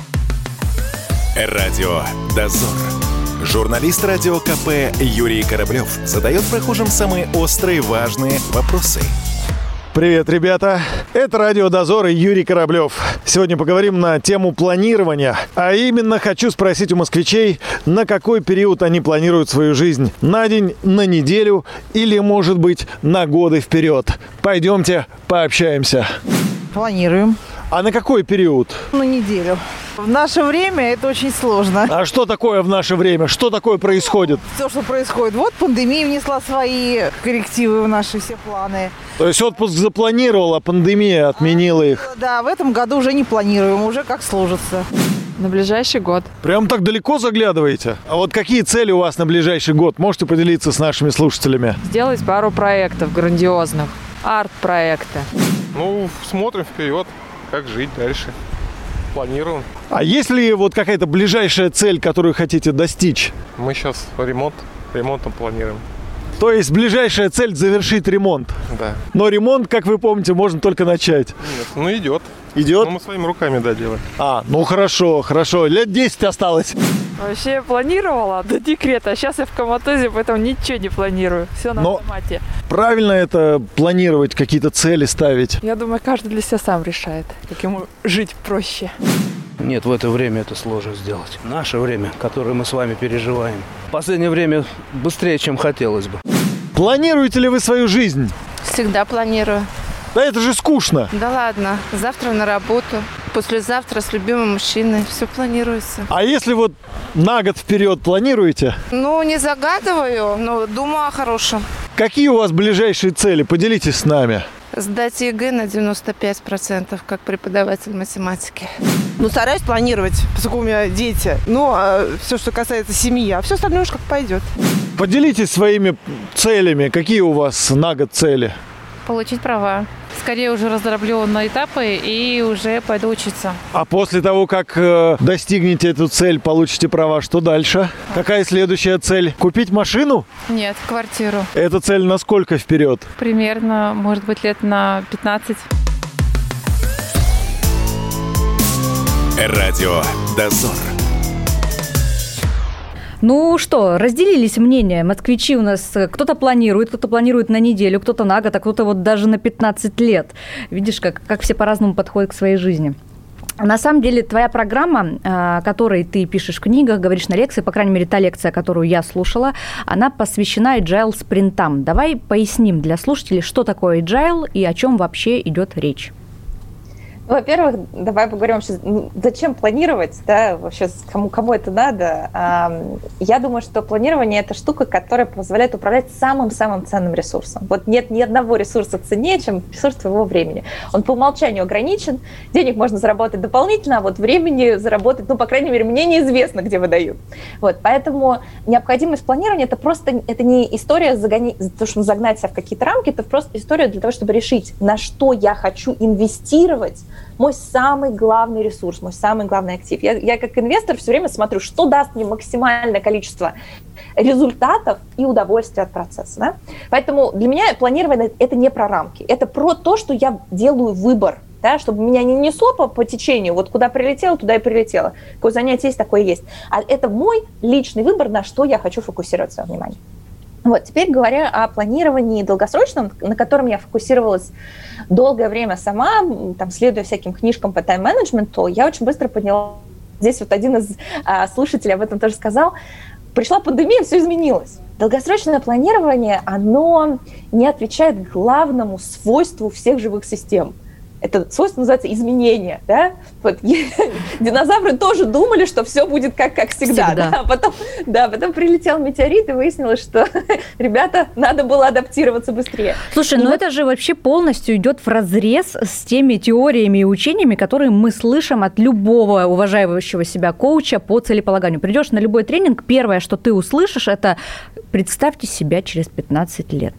Speaker 1: Радио «Дозор». Журналист радио ка пэ Юрий Кораблев задает прохожим самые острые и важные вопросы.
Speaker 4: Привет, ребята! Это радио «Дозор» и Юрий Кораблев. Сегодня поговорим на тему планирования. А именно хочу спросить у москвичей, на какой период они планируют свою жизнь. На день, на неделю или, может быть, на годы вперед. Пойдемте пообщаемся.
Speaker 5: Планируем.
Speaker 4: А на какой период?
Speaker 5: На неделю. В наше время это очень сложно.
Speaker 4: А что такое в наше время? Что такое происходит?
Speaker 5: Все, что происходит. Вот пандемия внесла свои коррективы в наши все планы.
Speaker 4: То есть отпуск запланировала, пандемия отменила их?
Speaker 5: Да, в этом году уже не планируем, уже как сложится.
Speaker 6: На ближайший год.
Speaker 4: Прям так далеко заглядываете? А вот какие цели у вас на ближайший год? Можете поделиться с нашими слушателями?
Speaker 6: Сделать пару проектов грандиозных. Арт-проекты.
Speaker 7: Ну, смотрим вперед, как жить дальше. Планируем.
Speaker 4: А есть ли вот какая-то ближайшая цель, которую хотите достичь?
Speaker 7: Мы сейчас ремонт, ремонтом планируем.
Speaker 4: То есть ближайшая цель – завершить ремонт?
Speaker 7: Да.
Speaker 4: Но ремонт, как вы помните, можно только начать.
Speaker 7: Нет, ну идет.
Speaker 4: Идет?
Speaker 7: Ну мы своими руками, да, делаем.
Speaker 4: А, ну хорошо, хорошо. Лет десять осталось.
Speaker 6: Вообще я планировала до декрета, а сейчас я в коматозе, поэтому ничего не планирую. Все на
Speaker 4: Но
Speaker 6: автомате.
Speaker 4: Правильно это планировать, какие-то цели ставить?
Speaker 6: Я думаю, каждый для себя сам решает, как ему жить проще.
Speaker 8: Нет, в это время это сложно сделать. Наше время, которое мы с вами переживаем. В последнее время быстрее, чем хотелось бы.
Speaker 4: Планируете ли вы свою жизнь?
Speaker 9: Всегда планирую.
Speaker 4: Да это же скучно.
Speaker 9: Да ладно, завтра на работу, послезавтра с любимым мужчиной, все планируется.
Speaker 4: А если вот на год вперед планируете?
Speaker 9: Ну, не загадываю, но думаю о хорошем.
Speaker 4: Какие у вас ближайшие цели? Поделитесь с нами.
Speaker 9: Сдать ЕГЭ на девяносто пять процентов, как преподаватель математики.
Speaker 5: Ну, стараюсь планировать, поскольку у меня дети. Ну, а все, что касается семьи, а все остальное уж как пойдет.
Speaker 4: Поделитесь своими целями. Какие у вас на год цели?
Speaker 10: получить права. Скорее уже раздроблю на этапы и уже пойду учиться.
Speaker 4: А после того, как э, достигнете эту цель, получите права, что дальше? Какая следующая цель? Купить машину?
Speaker 10: Нет, квартиру.
Speaker 4: Эта цель на сколько вперед?
Speaker 10: Примерно, может быть, лет на пятнадцать.
Speaker 1: Радио «Дозор».
Speaker 2: Ну что, разделились мнения. Москвичи у нас, кто-то планирует, кто-то планирует на неделю, кто-то на год, а кто-то вот даже на пятнадцать лет. Видишь, как, как все по-разному подходят к своей жизни. На самом деле, твоя программа, которой ты пишешь в книгах, говоришь на лекции, по крайней мере, та лекция, которую я слушала, она посвящена agile спринтам. Давай поясним для слушателей, что такое agile и о чем вообще идет речь.
Speaker 3: Во-первых, давай поговорим вообще, зачем планировать, да, вообще кому, кому это надо. Я думаю, что планирование – это штука, которая позволяет управлять самым-самым ценным ресурсом. Вот нет ни одного ресурса ценнее, чем ресурс твоего времени. Он по умолчанию ограничен, денег можно заработать дополнительно, а вот времени заработать, ну, по крайней мере, мне неизвестно, где выдают. Вот, поэтому необходимость планирования – это просто, это не история загони, то, что загнать себя в какие-то рамки, это просто история для того, чтобы решить, на что я хочу инвестировать, мой самый главный ресурс, мой самый главный актив. Я, я как инвестор все время смотрю, что даст мне максимальное количество результатов и удовольствия от процесса. Да? Поэтому для меня планирование – это не про рамки, это про то, что я делаю выбор, да, чтобы меня не несло по, по течению, вот куда прилетело, туда и прилетело. Какое занятие есть, такое есть. А это мой личный выбор, на что я хочу фокусировать свое внимание. Вот, теперь говоря о планировании долгосрочном, на котором я фокусировалась долгое время сама, там, следуя всяким книжкам по тайм-менеджменту, я очень быстро поняла, здесь вот один из а, слушателей об этом тоже сказал, пришла пандемия, все изменилось. Долгосрочное планирование, оно не отвечает главному свойству всех живых систем. Это свойство называется изменение. Да? Вот, динозавры тоже думали, что все будет как, как всегда. всегда. Да? А потом, да, потом прилетел метеорит, и выяснилось, что, ребята, надо было адаптироваться быстрее.
Speaker 2: Слушай, и ну вот... это же вообще полностью идет вразрез с теми теориями и учениями, которые мы слышим от любого уважающего себя коуча по целеполаганию. Придешь на любой тренинг, первое, что ты услышишь, это «представьте себя через пятнадцать лет».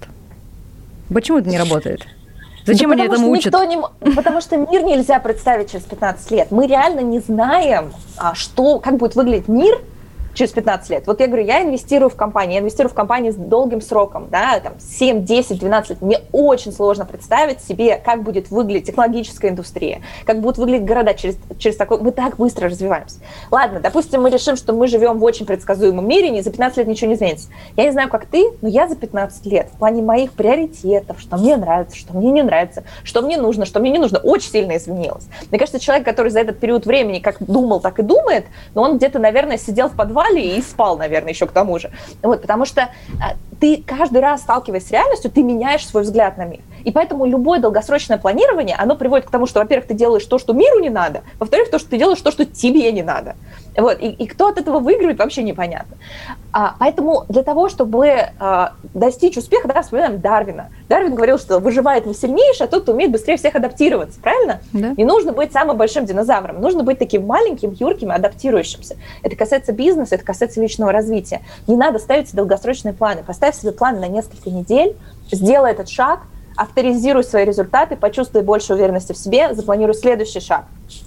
Speaker 2: Почему это не работает? Зачем
Speaker 3: да
Speaker 2: они этому учат?
Speaker 3: Не, потому что мир нельзя представить через пятнадцать лет. Мы реально не знаем, что, как будет выглядеть мир через пятнадцать лет. Вот я говорю, я инвестирую в компании, я инвестирую в компании с долгим сроком, да, там семь, десять, двенадцать лет. Мне очень сложно представить себе, как будет выглядеть технологическая индустрия, как будут выглядеть города через, через такой... Мы так быстро развиваемся. Ладно, допустим, мы решим, что мы живем в очень предсказуемом мире, и за пятнадцать лет ничего не изменится. Я не знаю, как ты, но я за пятнадцать лет в плане моих приоритетов, что мне нравится, что мне не нравится, что мне нужно, что мне не нужно, очень сильно изменилось. Мне кажется, человек, который за этот период времени как думал, так и думает, но он где-то, наверное, сидел в подвале и спал, наверное, еще к тому же. Вот, потому что а, ты каждый раз, сталкиваясь с реальностью, ты меняешь свой взгляд на мир. И поэтому любое долгосрочное планирование, оно приводит к тому, что, во-первых, ты делаешь то, что миру не надо, во-вторых, то, что ты делаешь то, что тебе не надо. Вот, и, и кто от этого выигрывает, вообще непонятно. А, поэтому для того, чтобы а, достичь успеха, да, вспоминаем Дарвина. Дарвин говорил, что выживает не сильнейший, а тот, кто умеет быстрее всех адаптироваться, правильно? Да. Не нужно быть самым большим динозавром, нужно быть таким маленьким, юрким, адаптирующимся. Это касается бизнеса, это касается личного развития. Не надо ставить себе долгосрочные планы. Поставь себе планы на несколько недель, сделай этот шаг, авторизируй свои результаты, почувствуй больше уверенности в себе, запланируй следующий шаг.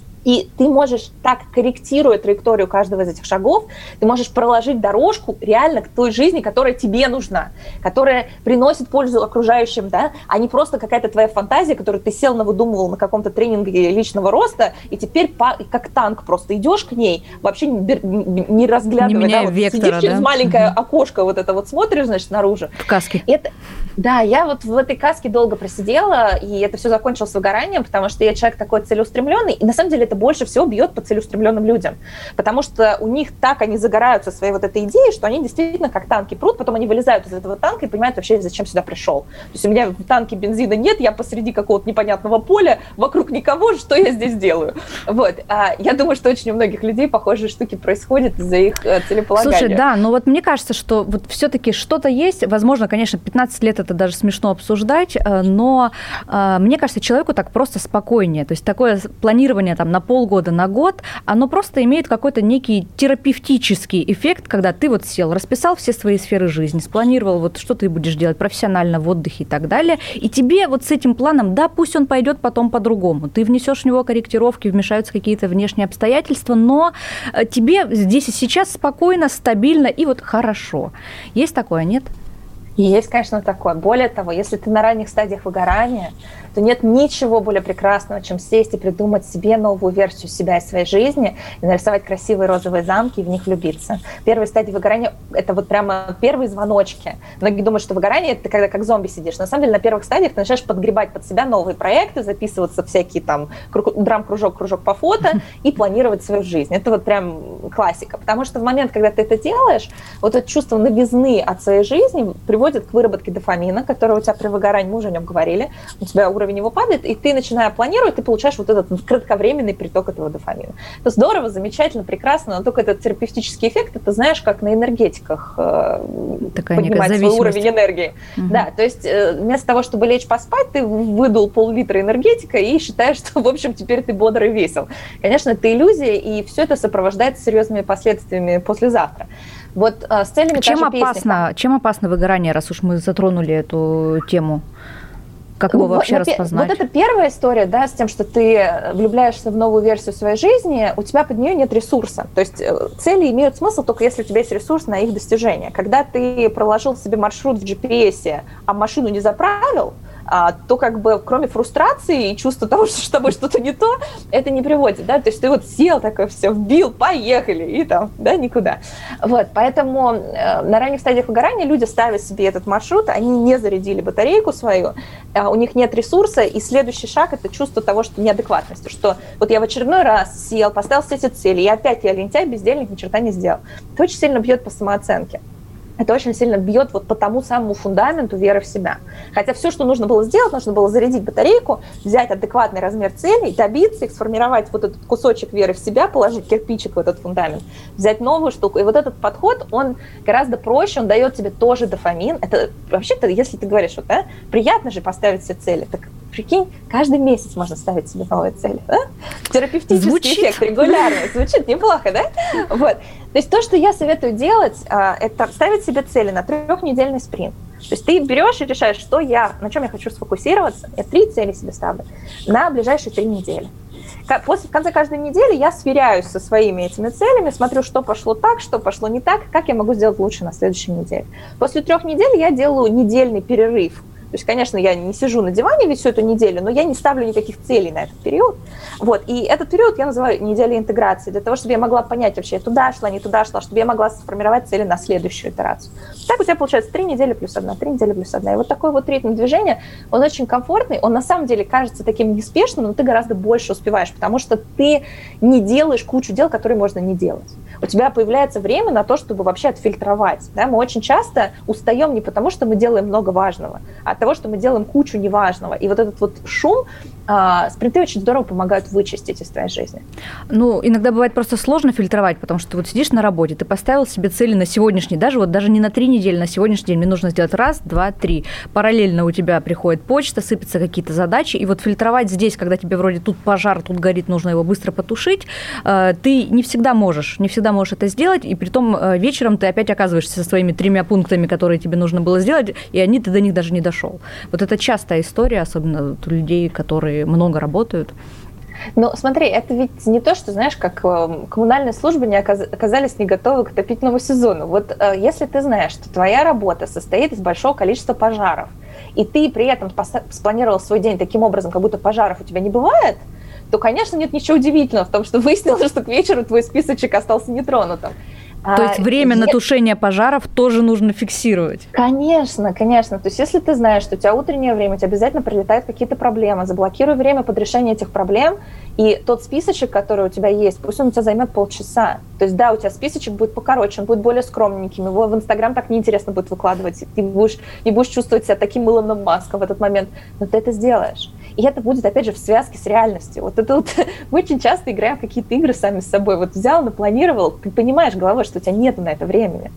Speaker 3: И ты можешь, так корректируя траекторию каждого из этих шагов, ты можешь проложить дорожку реально к той жизни, которая тебе нужна, которая приносит пользу окружающим, да, а не просто какая-то твоя фантазия, которую ты сел, навыдумывал на каком-то тренинге личного роста, и теперь по, как танк просто идешь к ней, вообще не, не разглядывая,
Speaker 2: не
Speaker 3: да, вот
Speaker 2: вектора,
Speaker 3: сидишь через
Speaker 2: да?
Speaker 3: маленькое угу. окошко, вот это вот смотришь, значит, наружу.
Speaker 2: В каске.
Speaker 3: Это, да, я вот в этой каске долго просидела, и это все закончилось выгоранием, потому что я человек такой целеустремленный, и на самом деле это больше всего бьет по целеустремленным людям, потому что у них так они загораются своей вот этой идеей, что они действительно как танки прут, потом они вылезают из этого танка и понимают вообще, зачем сюда пришел. То есть у меня в танке бензина нет, я посреди какого-то непонятного поля, вокруг никого, что я здесь делаю? Вот. А я думаю, что очень у многих людей похожие штуки происходят из-за их целеполагания.
Speaker 2: Слушай, да, но вот мне кажется, что вот все-таки что-то есть, возможно, конечно, пятнадцать лет это даже смешно обсуждать, но мне кажется, человеку так просто спокойнее, то есть такое планирование там на полгода, на год, оно просто имеет какой-то некий терапевтический эффект, когда ты вот сел, расписал все свои сферы жизни, спланировал, вот что ты будешь делать профессионально в отдыхе и так далее, и тебе вот с этим планом, да, пусть он пойдет потом по-другому, ты внесешь в него корректировки, вмешаются какие-то внешние обстоятельства, но тебе здесь и сейчас спокойно, стабильно и вот хорошо. Есть такое, нет?
Speaker 3: Есть, конечно, такое. Более того, если ты на ранних стадиях выгорания, то нет ничего более прекрасного, чем сесть и придумать себе новую версию себя и своей жизни, и нарисовать красивые розовые замки и в них влюбиться. Первая стадия выгорания – это вот прямо первые звоночки. Многие думают, что выгорание – это когда как зомби сидишь. На самом деле на первых стадиях ты начинаешь подгребать под себя новые проекты, записываться всякие там драм-кружок, кружок по фото и планировать свою жизнь. Это вот прям классика. Потому что в момент, когда ты это делаешь, вот это чувство новизны от своей жизни приводит к выработке дофамина, который у тебя при выгорании, мы уже о нем говорили, у тебя уровень его падает, и ты, начиная планировать, ты получаешь вот этот кратковременный приток этого дофамина. Это здорово, замечательно, прекрасно, но только этот терапевтический эффект, это знаешь, как на энергетиках э, поднимать свой уровень энергии. Угу. Да, то есть э, вместо того, чтобы лечь поспать, ты выдул пол-литра энергетика и считаешь, что, в общем, теперь ты бодр и весел. Конечно, это иллюзия, и все это сопровождается серьезными последствиями послезавтра. Вот э, с целями
Speaker 2: чем опасно, чем опасно выгорание, раз уж мы затронули эту тему? Как его ну, вообще вот, распознать?
Speaker 3: Вот это первая история, да, с тем, что ты влюбляешься в новую версию своей жизни, у тебя под нее нет ресурса. То есть цели имеют смысл только если у тебя есть ресурс на их достижение. Когда ты проложил себе маршрут в джи пи эс, а машину не заправил, то как бы кроме фрустрации и чувства того, что с тобой что-то не то, это не приводит, да, то есть ты вот сел такой, все, вбил, поехали, и там, да, никуда. Вот, поэтому э, на ранних стадиях выгорания люди ставят себе этот маршрут, они не зарядили батарейку свою, э, у них нет ресурса, и следующий шаг – это чувство того, что неадекватности, что вот я в очередной раз сел, поставил все эти цели, и опять я лентяй, бездельник, ни черта не сделал. Это очень сильно бьет по самооценке. Это очень сильно бьет вот по тому самому фундаменту веры в себя. Хотя все, что нужно было сделать, нужно было зарядить батарейку, взять адекватный размер целей, добиться их, сформировать вот этот кусочек веры в себя, положить кирпичик в этот фундамент, взять новую штуку. И вот этот подход, он гораздо проще, он дает тебе тоже дофамин. Это вообще-то, если ты говоришь, вот, да, приятно же поставить себе цели, так прикинь, каждый месяц можно ставить себе новые цели. Да? Терапевтический звучит. Эффект регулярный. Звучит неплохо, да? Вот. То есть то, что я советую делать, это ставить себе цели на трехнедельный спринт. То есть ты берешь и решаешь, что я, на чем я хочу сфокусироваться. Я три цели себе ставлю на ближайшие три недели. После, в конце каждой недели я сверяюсь со своими этими целями, смотрю, что пошло так, что пошло не так, как я могу сделать лучше на следующей неделе. После трех недель я делаю недельный перерыв. То есть, конечно, я не сижу на диване всю эту неделю, но я не ставлю никаких целей на этот период. Вот. И этот период я называю неделей интеграции, для того, чтобы я могла понять вообще, я туда шла, не туда шла, чтобы я могла сформировать цели на следующую итерацию. Так у тебя получается три недели плюс одна, три недели плюс одна. И вот такой вот ритм движения, он очень комфортный, он на самом деле кажется таким неспешным, но ты гораздо больше успеваешь, потому что ты не делаешь кучу дел, которые можно не делать. У тебя появляется время на то, чтобы вообще отфильтровать. Да? Мы очень часто устаем не потому, что мы делаем много важного, а от того, что мы делаем кучу неважного. И вот этот вот шум, а, спринты очень здорово помогают вычистить из твоей жизни.
Speaker 2: Ну, иногда бывает просто сложно фильтровать, потому что ты вот сидишь на работе, ты поставил себе цели на сегодняшний, даже вот даже не на три недели, на сегодняшний день мне нужно сделать раз, два, три. Параллельно у тебя приходит почта, сыпятся какие-то задачи, и вот фильтровать здесь, когда тебе вроде тут пожар, тут горит, нужно его быстро потушить, ты не всегда можешь, не всегда можешь это сделать, и притом вечером ты опять оказываешься со своими тремя пунктами, которые тебе нужно было сделать, и они, ты до них даже не дошел. Вот это частая история, особенно у людей, которые много работают.
Speaker 3: Ну, смотри, это ведь не то, что, знаешь, как коммунальные службы не оказались не готовы к отопительному сезону. Вот если ты знаешь, что твоя работа состоит из большого количества пожаров, и ты при этом спланировал свой день таким образом, как будто пожаров у тебя не бывает, то, конечно, нет ничего удивительного в том, что выяснилось, что к вечеру твой списочек остался нетронутым.
Speaker 2: То есть время на тушение пожаров тоже нужно фиксировать?
Speaker 3: Конечно, конечно. То есть если ты знаешь, что у тебя утреннее время, у тебя обязательно прилетают какие-то проблемы, заблокируй время под решение этих проблем, и тот списочек, который у тебя есть, пусть он у тебя займет полчаса. То есть да, у тебя списочек будет покороче, он будет более скромненьким, его в Инстаграм так неинтересно будет выкладывать, ты будешь, не будешь чувствовать себя таким мылом маском в этот момент, но ты это сделаешь. И это будет, опять же, в связке с реальностью. Вот это вот мы очень часто играем в какие-то игры сами с собой. Вот взял, напланировал, ты понимаешь головой, что у тебя нету на это времени.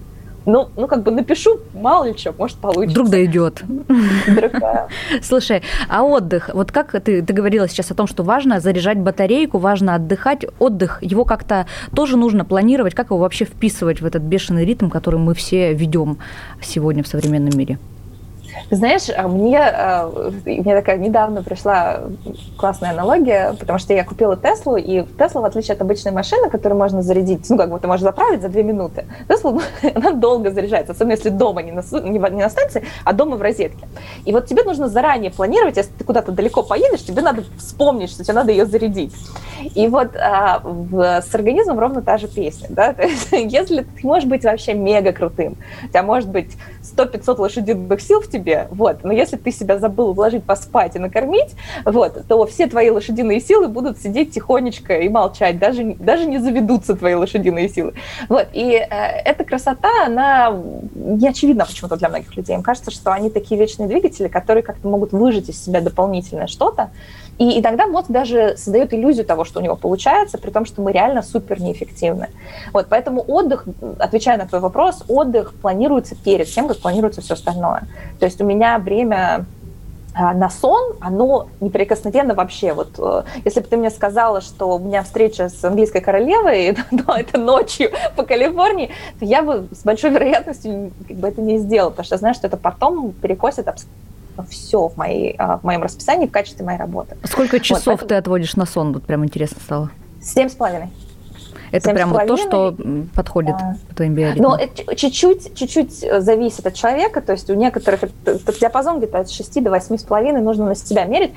Speaker 3: ну, ну, как бы напишу, мало ли что, может, получится.
Speaker 2: Вдруг дойдет.
Speaker 3: Вдруг, да.
Speaker 2: Слушай, а отдых, вот как ты, ты говорила сейчас о том, что важно заряжать батарейку, важно отдыхать, отдых, его как-то тоже нужно планировать, как его вообще вписывать в этот бешеный ритм, который мы все ведем сегодня в современном мире?
Speaker 3: Знаешь, мне, мне такая недавно пришла классная аналогия, потому что я купила Теслу, и Тесла, в отличие от обычной машины, которую можно зарядить, ну, как бы ты можешь заправить за две минуты, Тесла, она долго заряжается, особенно если дома не на, не на станции, а дома в розетке. И вот тебе нужно заранее планировать, если ты куда-то далеко поедешь, тебе надо вспомнить, что тебе надо ее зарядить. И вот а, в, с организмом ровно та же песня, да, то есть если ты можешь быть вообще мега крутым, у тебя может быть сто-пятьсот лошадиных сил в тебе, вот, но если ты себя забыл вложить поспать и накормить, вот, то все твои лошадиные силы будут сидеть тихонечко и молчать, даже, даже не заведутся твои лошадиные силы. Вот, и э, эта красота, она не очевидна почему-то для многих людей. Им кажется, что они такие вечные двигатели, которые как-то могут выжать из себя дополнительное что-то, и иногда мозг даже создает иллюзию того, что у него получается, при том, что мы реально супер неэффективны. Вот, поэтому отдых, отвечая на твой вопрос, отдых планируется перед тем, как планируется все остальное. То есть у меня время на сон, оно неприкосновенно вообще. Вот, если бы ты мне сказала, что у меня встреча с английской королевой, но это ночью по Калифорнии, то я бы с большой вероятностью как бы это не сделала, потому что я знаю, что это потом перекосит абсолютно все в, моей, в моем расписании в качестве моей работы.
Speaker 2: Сколько часов вот, поэтому... ты отводишь на сон? Вот прям интересно стало.
Speaker 3: Семь с половиной.
Speaker 2: Это прям вот то, что подходит да. по твоим биоритмам.
Speaker 3: Но это чуть-чуть, чуть-чуть зависит от человека, то есть у некоторых этот диапазон где-то от шести до восьми с половиной нужно на себя мерить.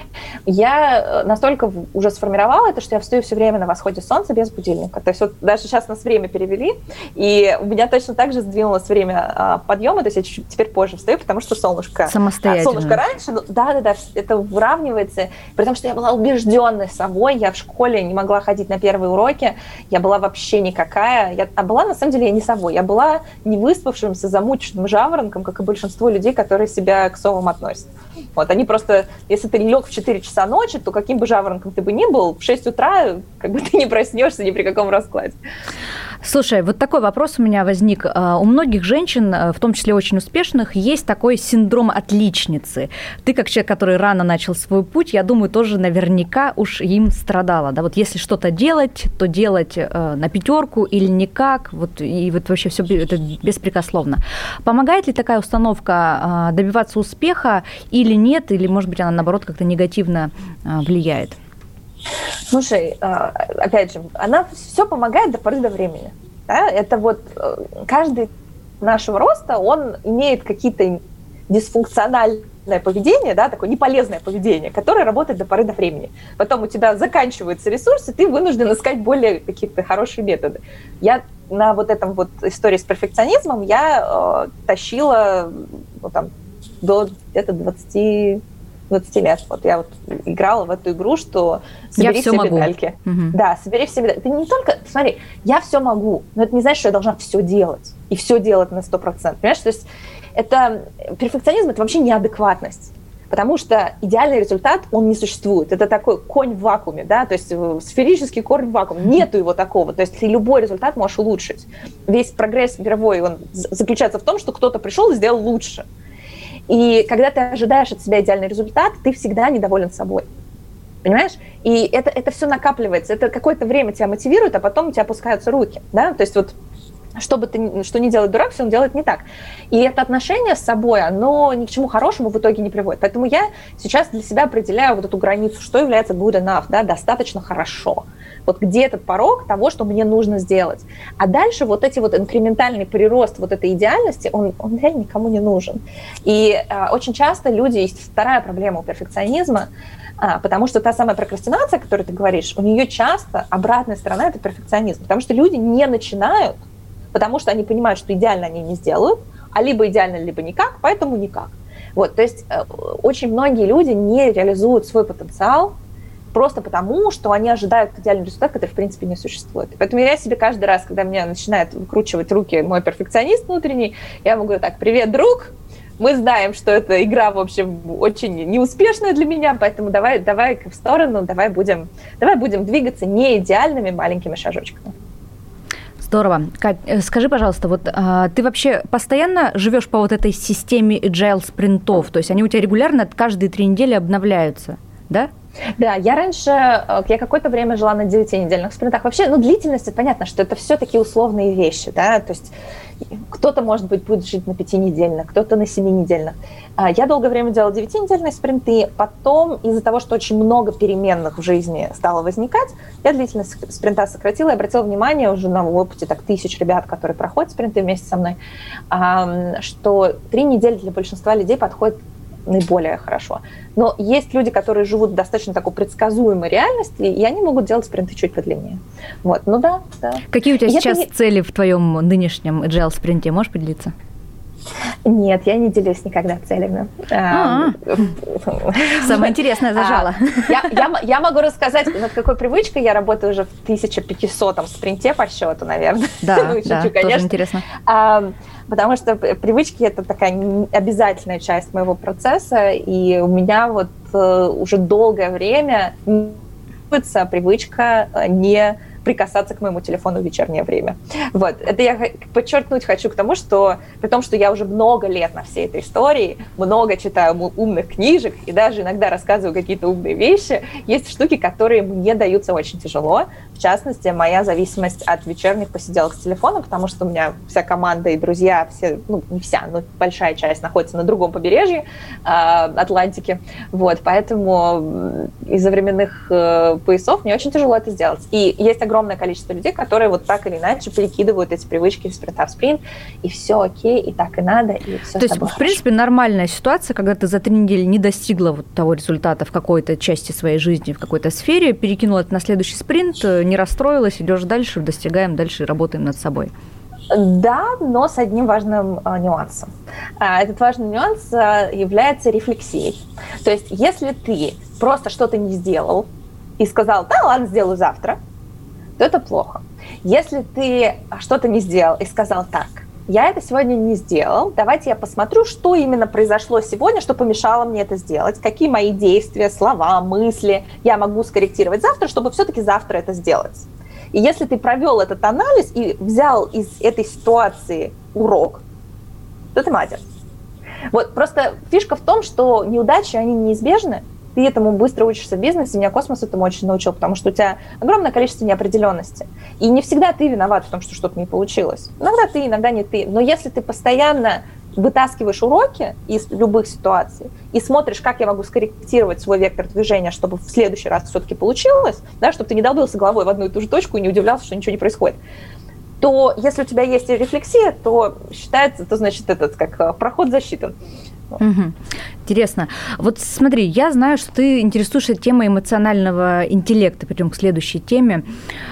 Speaker 3: Я настолько уже сформировала это, что я встаю все время на восходе солнца без будильника. То есть вот даже сейчас нас время перевели, и у меня точно так же сдвинулось время подъема, то есть я чуть-чуть теперь позже встаю, потому что солнышко...
Speaker 2: Самостоятельно.
Speaker 3: Солнышко раньше, да-да-да, это выравнивается, при том, что я была убежденной собой, я в школе не могла ходить на первые уроки, я была вообще никакая. Я, а была, на самом деле, я не совой. Я была невыспавшимся, замученным жаворонком, как и большинство людей, которые себя к совам относят. Вот, они просто, если ты лег в четыре часа ночи, то каким бы жаворонком ты бы ни был, в шесть утра как бы ты не проснешься ни при каком раскладе.
Speaker 2: Слушай, вот такой вопрос у меня возник. У многих женщин, в том числе очень успешных, есть такой синдром отличницы. Ты, как человек, который рано начал свой путь, я думаю, тоже наверняка уж им страдала. Да? Вот если что-то делать, то делать на пятерку или никак, вот, и вот вообще все это беспрекословно. Помогает ли такая установка добиваться успеха или нет, или, может быть, она, наоборот, как-то негативно влияет?
Speaker 3: Слушай, опять же, она все помогает до поры до времени. Да? Это вот каждый нашего роста, он имеет какие-то дисфункциональное поведение, да, такое неполезное поведение, которое работает до поры до времени. Потом у тебя заканчиваются ресурсы, ты вынужден искать более какие-то хорошие методы. Я на вот этом вот истории с перфекционизмом я э, тащила ну, там, до где-то двадцати лет. Вот я вот играла в эту игру, что собери все, все медальки. Угу. Да, собери все медальки. Ты не только... Смотри, я все могу, но это не значит, что я должна все делать. И все делать на сто процентов. Понимаешь? То есть это... Перфекционизм – это вообще неадекватность. Потому что идеальный результат, он не существует. Это такой конь в вакууме, да, то есть сферический корень в вакууме. Нету его такого. То есть ты любой результат можешь улучшить. Весь прогресс мировой, он заключается в том, что кто-то пришел и сделал лучше. И когда ты ожидаешь от себя идеальный результат, ты всегда недоволен собой. Понимаешь? И это, это все накапливается. Это какое-то время тебя мотивирует, а потом у тебя опускаются руки. Да? То есть вот что бы ты, что ни делает дурак, все он делает не так. И это отношение с собой, оно ни к чему хорошему в итоге не приводит. Поэтому я сейчас для себя определяю вот эту границу, что является good enough, да, достаточно хорошо. Вот где этот порог того, что мне нужно сделать. А дальше вот эти вот инкрементальный прирост вот этой идеальности, он, он реально никому не нужен. И а, очень часто люди, есть вторая проблема у перфекционизма, а, потому что та самая прокрастинация, о которой ты говоришь, у нее часто обратная сторона – это перфекционизм. Потому что люди не начинают, потому что они понимают, что идеально они не сделают, а либо идеально, либо никак, поэтому никак. Вот, то есть э, очень многие люди не реализуют свой потенциал просто потому, что они ожидают идеальный результат, который в принципе не существует. Поэтому я себе каждый раз, когда меня начинает выкручивать руки мой перфекционист внутренний, я ему говорю так: привет, друг, мы знаем, что эта игра, в общем, очень неуспешная для меня, поэтому давай, давай в сторону, давай будем, давай будем двигаться не идеальными маленькими шажочками.
Speaker 2: Здорово. Кать, скажи, пожалуйста, вот а, ты вообще постоянно живешь по вот этой системе agile спринтов? То есть они у тебя регулярно каждые три недели обновляются, да?
Speaker 3: Да, я раньше, я какое-то время жила на девятинедельных спринтах. Вообще, ну, длительность, это понятно, что это все такие условные вещи, да, то есть кто-то, может быть, будет жить на пятинедельных, кто-то на семинедельных. Я долгое время делала девятинедельные спринты, потом из-за того, что очень много переменных в жизни стало возникать, я длительность спринта сократила и обратила внимание уже на опыте так, тысяч ребят, которые проходят спринты вместе со мной, что три недели для большинства людей подходит наиболее хорошо. Но есть люди, которые живут в достаточно такой предсказуемой реальности, и они могут делать спринты чуть подлиннее. Вот, ну да, да.
Speaker 2: Какие у тебя
Speaker 3: и
Speaker 2: сейчас
Speaker 3: не...
Speaker 2: цели в твоем нынешнем agile спринте? Можешь поделиться?
Speaker 3: Нет, я не делюсь никогда целями.
Speaker 2: Самое интересное зажала.
Speaker 3: Я, я, я могу рассказать, над какой привычкой я работаю уже в тысяча пятисотом спринте по счету, наверное.
Speaker 2: Да,
Speaker 3: ну,
Speaker 2: да,
Speaker 3: шучу, конечно.
Speaker 2: Тоже интересно.
Speaker 3: А, потому что привычки – это такая обязательная часть моего процесса, и у меня вот уже долгое время привычка не прикасаться к моему телефону в вечернее время. Вот. Это я подчеркнуть хочу к тому, что при том, что я уже много лет на всей этой истории, много читаю умных книжек и даже иногда рассказываю какие-то умные вещи, есть штуки, которые мне даются очень тяжело. В частности, моя зависимость от вечерних посиделок с телефоном, потому что у меня вся команда и друзья, все, ну, не вся, но большая часть находится на другом побережье э, Атлантики. Вот. Поэтому из-за временных э, поясов мне очень тяжело это сделать. И есть огромное количество людей, которые вот так или иначе перекидывают эти привычки из спринта в спринт, и все окей, и так и надо, и все.
Speaker 2: То есть, в хорошо. принципе, нормальная ситуация, когда ты за три недели не достигла вот того результата в какой-то части своей жизни, в какой-то сфере, перекинула это на следующий спринт, не расстроилась, идешь дальше, достигаем дальше и работаем над собой.
Speaker 3: Да, но с одним важным э, нюансом. А, этот важный нюанс э, является рефлексией. То есть, если ты просто что-то не сделал и сказал, да, ладно, сделаю завтра, то это плохо. Если ты что-то не сделал и сказал, так, я это сегодня не сделал, давайте я посмотрю, что именно произошло сегодня, что помешало мне это сделать, какие мои действия, слова, мысли я могу скорректировать завтра, чтобы все-таки завтра это сделать. И если ты провел этот анализ и взял из этой ситуации урок, то ты молодец. Вот просто фишка в том, что неудачи, они неизбежны. Ты этому быстро учишься в бизнесе, меня космос этому очень научил, потому что у тебя огромное количество неопределенности. И не всегда ты виноват в том, что что-то не получилось. Иногда ты, иногда не ты. Но если ты постоянно вытаскиваешь уроки из любых ситуаций и смотришь, как я могу скорректировать свой вектор движения, чтобы в следующий раз все-таки получилось, да, чтобы ты не долбился головой в одну и ту же точку и не удивлялся, что ничего не происходит, то если у тебя есть рефлексия, то считается, то значит этот как проход засчитан.
Speaker 2: Угу. Интересно. Вот смотри, я знаю, что ты интересуешься темой эмоционального интеллекта, придем к следующей теме.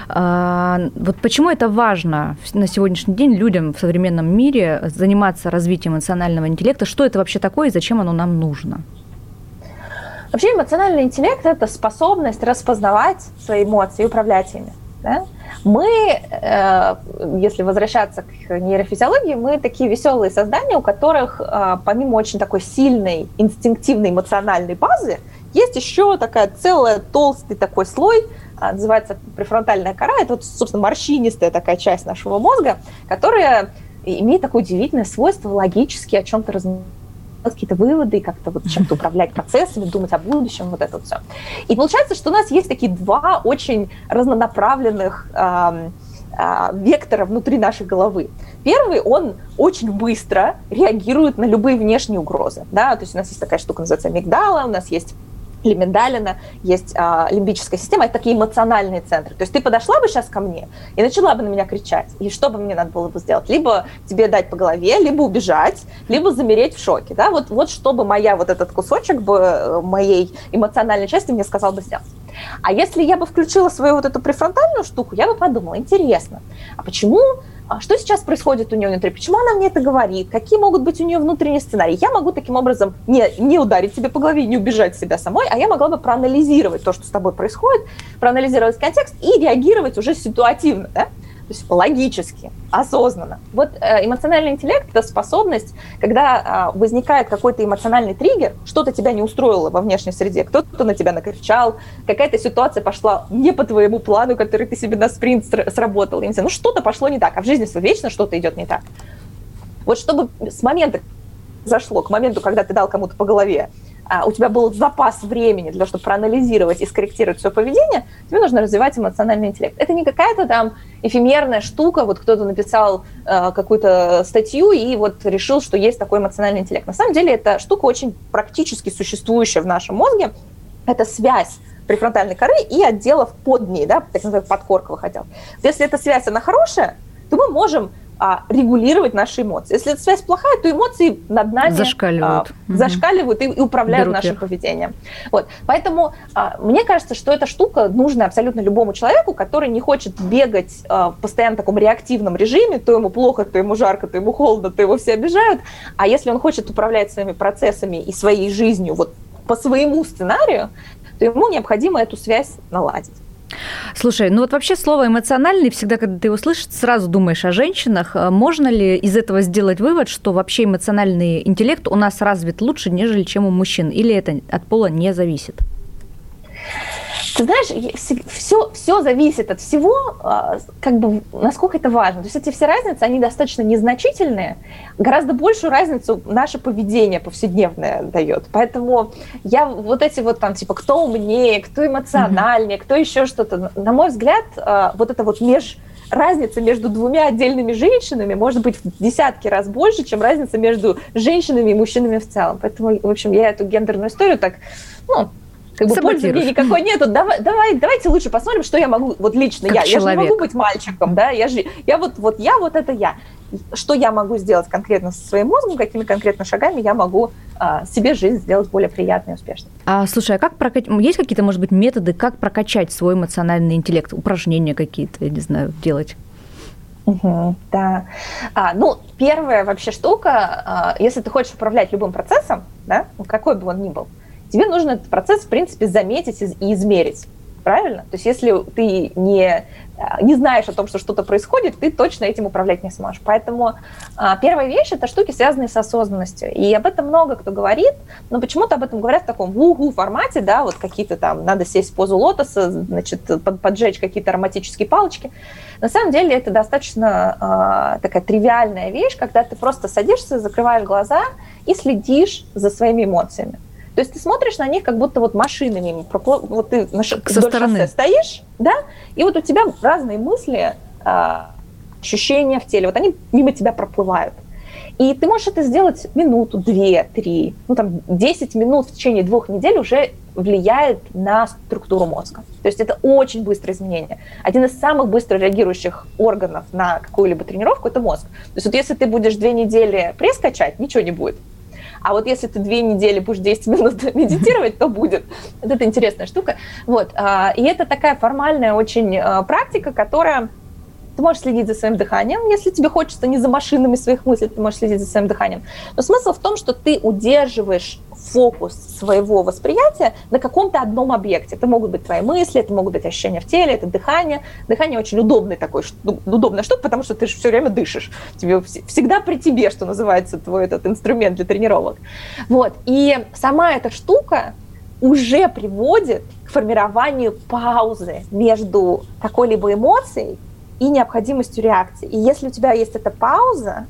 Speaker 2: А, вот почему это важно на сегодняшний день людям в современном мире заниматься развитием эмоционального интеллекта? Что это вообще такое и зачем оно нам нужно?
Speaker 3: Вообще эмоциональный интеллект – это способность распознавать свои эмоции и управлять ими. Да? Мы, э, если возвращаться к нейрофизиологии, мы такие веселые создания, у которых э, помимо очень такой сильной инстинктивной эмоциональной базы есть еще такая целая толстый такой слой, э, называется префронтальная кора. Это вот, собственно, морщинистая такая часть нашего мозга, которая имеет такое удивительное свойство логически о чем-то размышлять, какие-то выводы, как-то вот чем-то управлять процессами, думать о будущем, вот это вот все. И получается, что у нас есть такие два очень разнонаправленных э, э, вектора внутри нашей головы. Первый, он очень быстро реагирует на любые внешние угрозы. Да? То есть у нас есть такая штука, называется амигдала, у нас есть лиминдалина, есть а, лимбическая система, это такие эмоциональные центры. То есть ты подошла бы сейчас ко мне и начала бы на меня кричать, и что бы мне надо было бы сделать? Либо тебе дать по голове, либо убежать, либо замереть в шоке. Да? Вот, вот чтобы моя вот этот кусочек бы, моей эмоциональной части мне сказал бы сделать. А если я бы включила свою вот эту префронтальную штуку, я бы подумала, интересно, а почему, что сейчас происходит у нее внутри, почему она мне это говорит, какие могут быть у нее внутренние сценарии. Я могу таким образом не, не ударить тебе по голове, не убежать себя самой, а я могла бы проанализировать то, что с тобой происходит, проанализировать контекст и реагировать уже ситуативно, да? То есть логически, осознанно. Вот э, эмоциональный интеллект – это способность, когда э, возникает какой-то эмоциональный триггер, что-то тебя не устроило во внешней среде, кто-то на тебя накричал, какая-то ситуация пошла не по твоему плану, который ты себе на спринт сработал, я не знаю, ну что-то пошло не так, а в жизни вечно что-то идет не так. Вот чтобы с момента зашло к моменту, когда ты дал кому-то по голове, у тебя был запас времени для того, чтобы проанализировать и скорректировать свое поведение, тебе нужно развивать эмоциональный интеллект. Это не какая-то там эфемерная штука, вот кто-то написал э, какую-то статью и вот решил, что есть такой эмоциональный интеллект. На самом деле эта штука очень практически существующая в нашем мозге. Это связь префронтальной коры и отделов под ней, да, так называемых подкорковых отделов. Если эта связь, она хорошая, то мы можем А, регулировать наши эмоции. Если эта связь плохая, то эмоции над нами
Speaker 2: зашкаливают,
Speaker 3: а, зашкаливают и, и управляют
Speaker 2: Берут
Speaker 3: нашим
Speaker 2: вверх.
Speaker 3: поведением. Вот. Поэтому а, мне кажется, что эта штука нужна абсолютно любому человеку, который не хочет бегать а, в постоянно таком реактивном режиме, то ему плохо, то ему жарко, то ему холодно, то его все обижают. А если он хочет управлять своими процессами и своей жизнью вот по своему сценарию, то ему необходимо эту связь наладить.
Speaker 2: Слушай, ну вот вообще слово «эмоциональный», всегда, когда ты его слышишь, сразу думаешь о женщинах. Можно ли из этого сделать вывод, что вообще эмоциональный интеллект у нас развит лучше, нежели чем у мужчин? Или это от пола не зависит?
Speaker 3: Ты знаешь, все, все зависит от всего, как бы, насколько это важно. То есть эти все разницы, они достаточно незначительные. Гораздо большую разницу наше поведение повседневное дает. Поэтому я вот эти вот там, типа, кто умнее, кто эмоциональнее, mm-hmm. кто еще что-то, на мой взгляд, вот это вот меж... разница между двумя отдельными женщинами может быть в десятки раз больше, чем разница между женщинами и мужчинами в целом. Поэтому, в общем, я эту гендерную историю так, ну, как бы пользы мне никакой нету. Давай, давай, давайте лучше посмотрим, что я могу, вот лично как я. Человек. Я же не могу быть мальчиком, да, я же, я вот, вот я, вот это я. Что я могу сделать конкретно со своим мозгом, какими конкретно шагами я могу а, себе жизнь сделать более приятной и успешной.
Speaker 2: А, слушай, а как прокачать, есть какие-то, может быть, методы, как прокачать свой эмоциональный интеллект, упражнения какие-то, я не знаю, делать?
Speaker 3: Угу, да. А, ну, первая вообще штука, а, если ты хочешь управлять любым процессом, да, какой бы он ни был, тебе нужно этот процесс, в принципе, заметить и измерить. Правильно? То есть если ты не, не знаешь о том, что что-то происходит, ты точно этим управлять не сможешь. Поэтому а, первая вещь – это штуки, связанные с осознанностью. И об этом много кто говорит, но почему-то об этом говорят в таком ву-гу формате, да, вот какие-то там, надо сесть в позу лотоса, значит, под, поджечь какие-то ароматические палочки. На самом деле это достаточно а, такая тривиальная вещь, когда ты просто садишься, закрываешь глаза и следишь за своими эмоциями. То есть ты смотришь на них, как будто вот машинами, вот ты на ш...
Speaker 2: со стороны
Speaker 3: стоишь, да, и вот у тебя разные мысли, ощущения в теле, вот они мимо тебя проплывают. И ты можешь это сделать минуту, две, три, ну там десять минут в течение двух недель уже влияет на структуру мозга. То есть это очень быстрое изменение. Один из самых быстро реагирующих органов на какую-либо тренировку – это мозг. То есть вот если ты будешь две недели пресс качать, ничего не будет. А вот если ты две недели будешь десять минут медитировать, то будет. Вот это интересная штука. Вот. И это такая формальная очень практика, которая... Ты можешь следить за своим дыханием, если тебе хочется не за машинами своих мыслей, ты можешь следить за своим дыханием. Но смысл в том, что ты удерживаешь фокус своего восприятия на каком-то одном объекте. Это могут быть твои мысли, это могут быть ощущения в теле, это дыхание. Дыхание очень удобный такой, удобная штука, потому что ты же все время дышишь. Тебе всегда при тебе, что называется, твой этот инструмент для тренировок. Вот. И сама эта штука уже приводит к формированию паузы между какой-либо эмоцией и необходимостью реакции. И если у тебя есть эта пауза,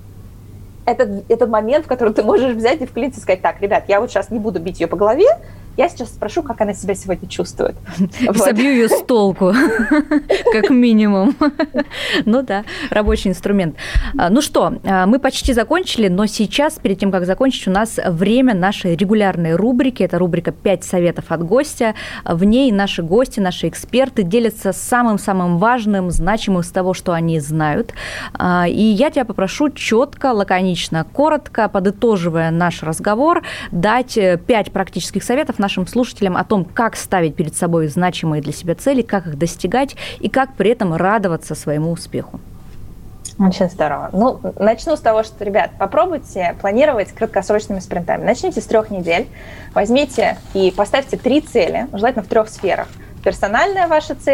Speaker 3: это этот момент, в который ты можешь взять и вклиниться и сказать: так, ребят, я вот сейчас не буду бить ее по голове, я сейчас спрошу, как она себя сегодня чувствует.
Speaker 2: Собью ее с толку, как минимум. Ну да, рабочий инструмент. Ну что, мы почти закончили, но сейчас, перед тем, как закончить, у нас время нашей регулярной рубрики. Это рубрика «пять советов от гостя». В ней наши гости, наши эксперты делятся самым-самым важным, значимым из того, что они знают. И я тебя попрошу четко, лаконично, коротко, подытоживая наш разговор, дать пять практических советов нашим слушателям о том, как ставить перед собой значимые для себя цели, как их достигать и как при этом радоваться своему успеху.
Speaker 3: Очень здорово. Ну, начну с того, что, ребят, попробуйте планировать краткосрочными спринтами. Начните с трех недель, возьмите и поставьте три цели, желательно в трех сферах. Персональная ваша цель,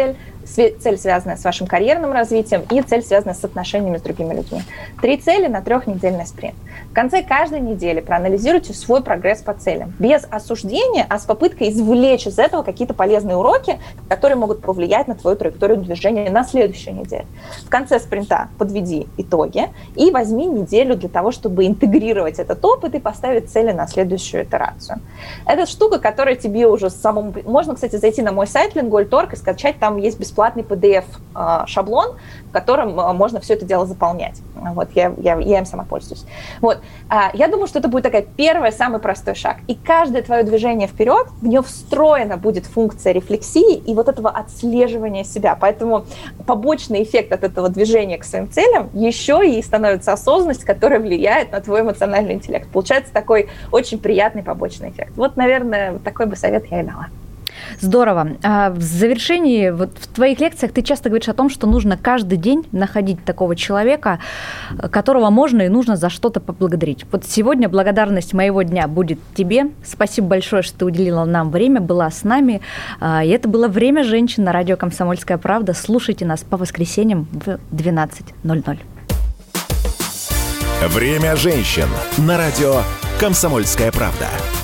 Speaker 3: цель, связанная с вашим карьерным развитием, и цель, связанная с отношениями с другими людьми. Три цели на трехнедельный спринт. В конце каждой недели проанализируйте свой прогресс по целям. Без осуждения, а с попыткой извлечь из этого какие-то полезные уроки, которые могут повлиять на твою траекторию движения на следующую неделю. В конце спринта подведи итоги и возьми неделю для того, чтобы интегрировать этот опыт и поставить цели на следующую итерацию. Это штука, которая тебе уже самому... Можно, кстати, зайти на мой сайт lingold точка org и скачать, там есть бесплатный пи ди эф-шаблон, в котором можно все это дело заполнять. Вот, я, я, я им сама пользуюсь. Вот. Я думаю, что это будет такой первый, самый простой шаг. И каждое твое движение вперед, в нее встроена будет функция рефлексии и вот этого отслеживания себя. Поэтому побочный эффект от этого движения к своим целям еще и становится осознанность, которая влияет на твой эмоциональный интеллект. Получается такой очень приятный побочный эффект. Вот, наверное, такой бы совет я и дала.
Speaker 2: Здорово. А в завершении, вот в твоих лекциях ты часто говоришь о том, что нужно каждый день находить такого человека, которого можно и нужно за что-то поблагодарить. Вот сегодня благодарность моего дня будет тебе. Спасибо большое, что ты уделила нам время, была с нами. И это было «Время женщин» на радио «Комсомольская правда». Слушайте нас по воскресеньям в двенадцать ноль ноль.
Speaker 1: «Время женщин» на радио «Комсомольская правда».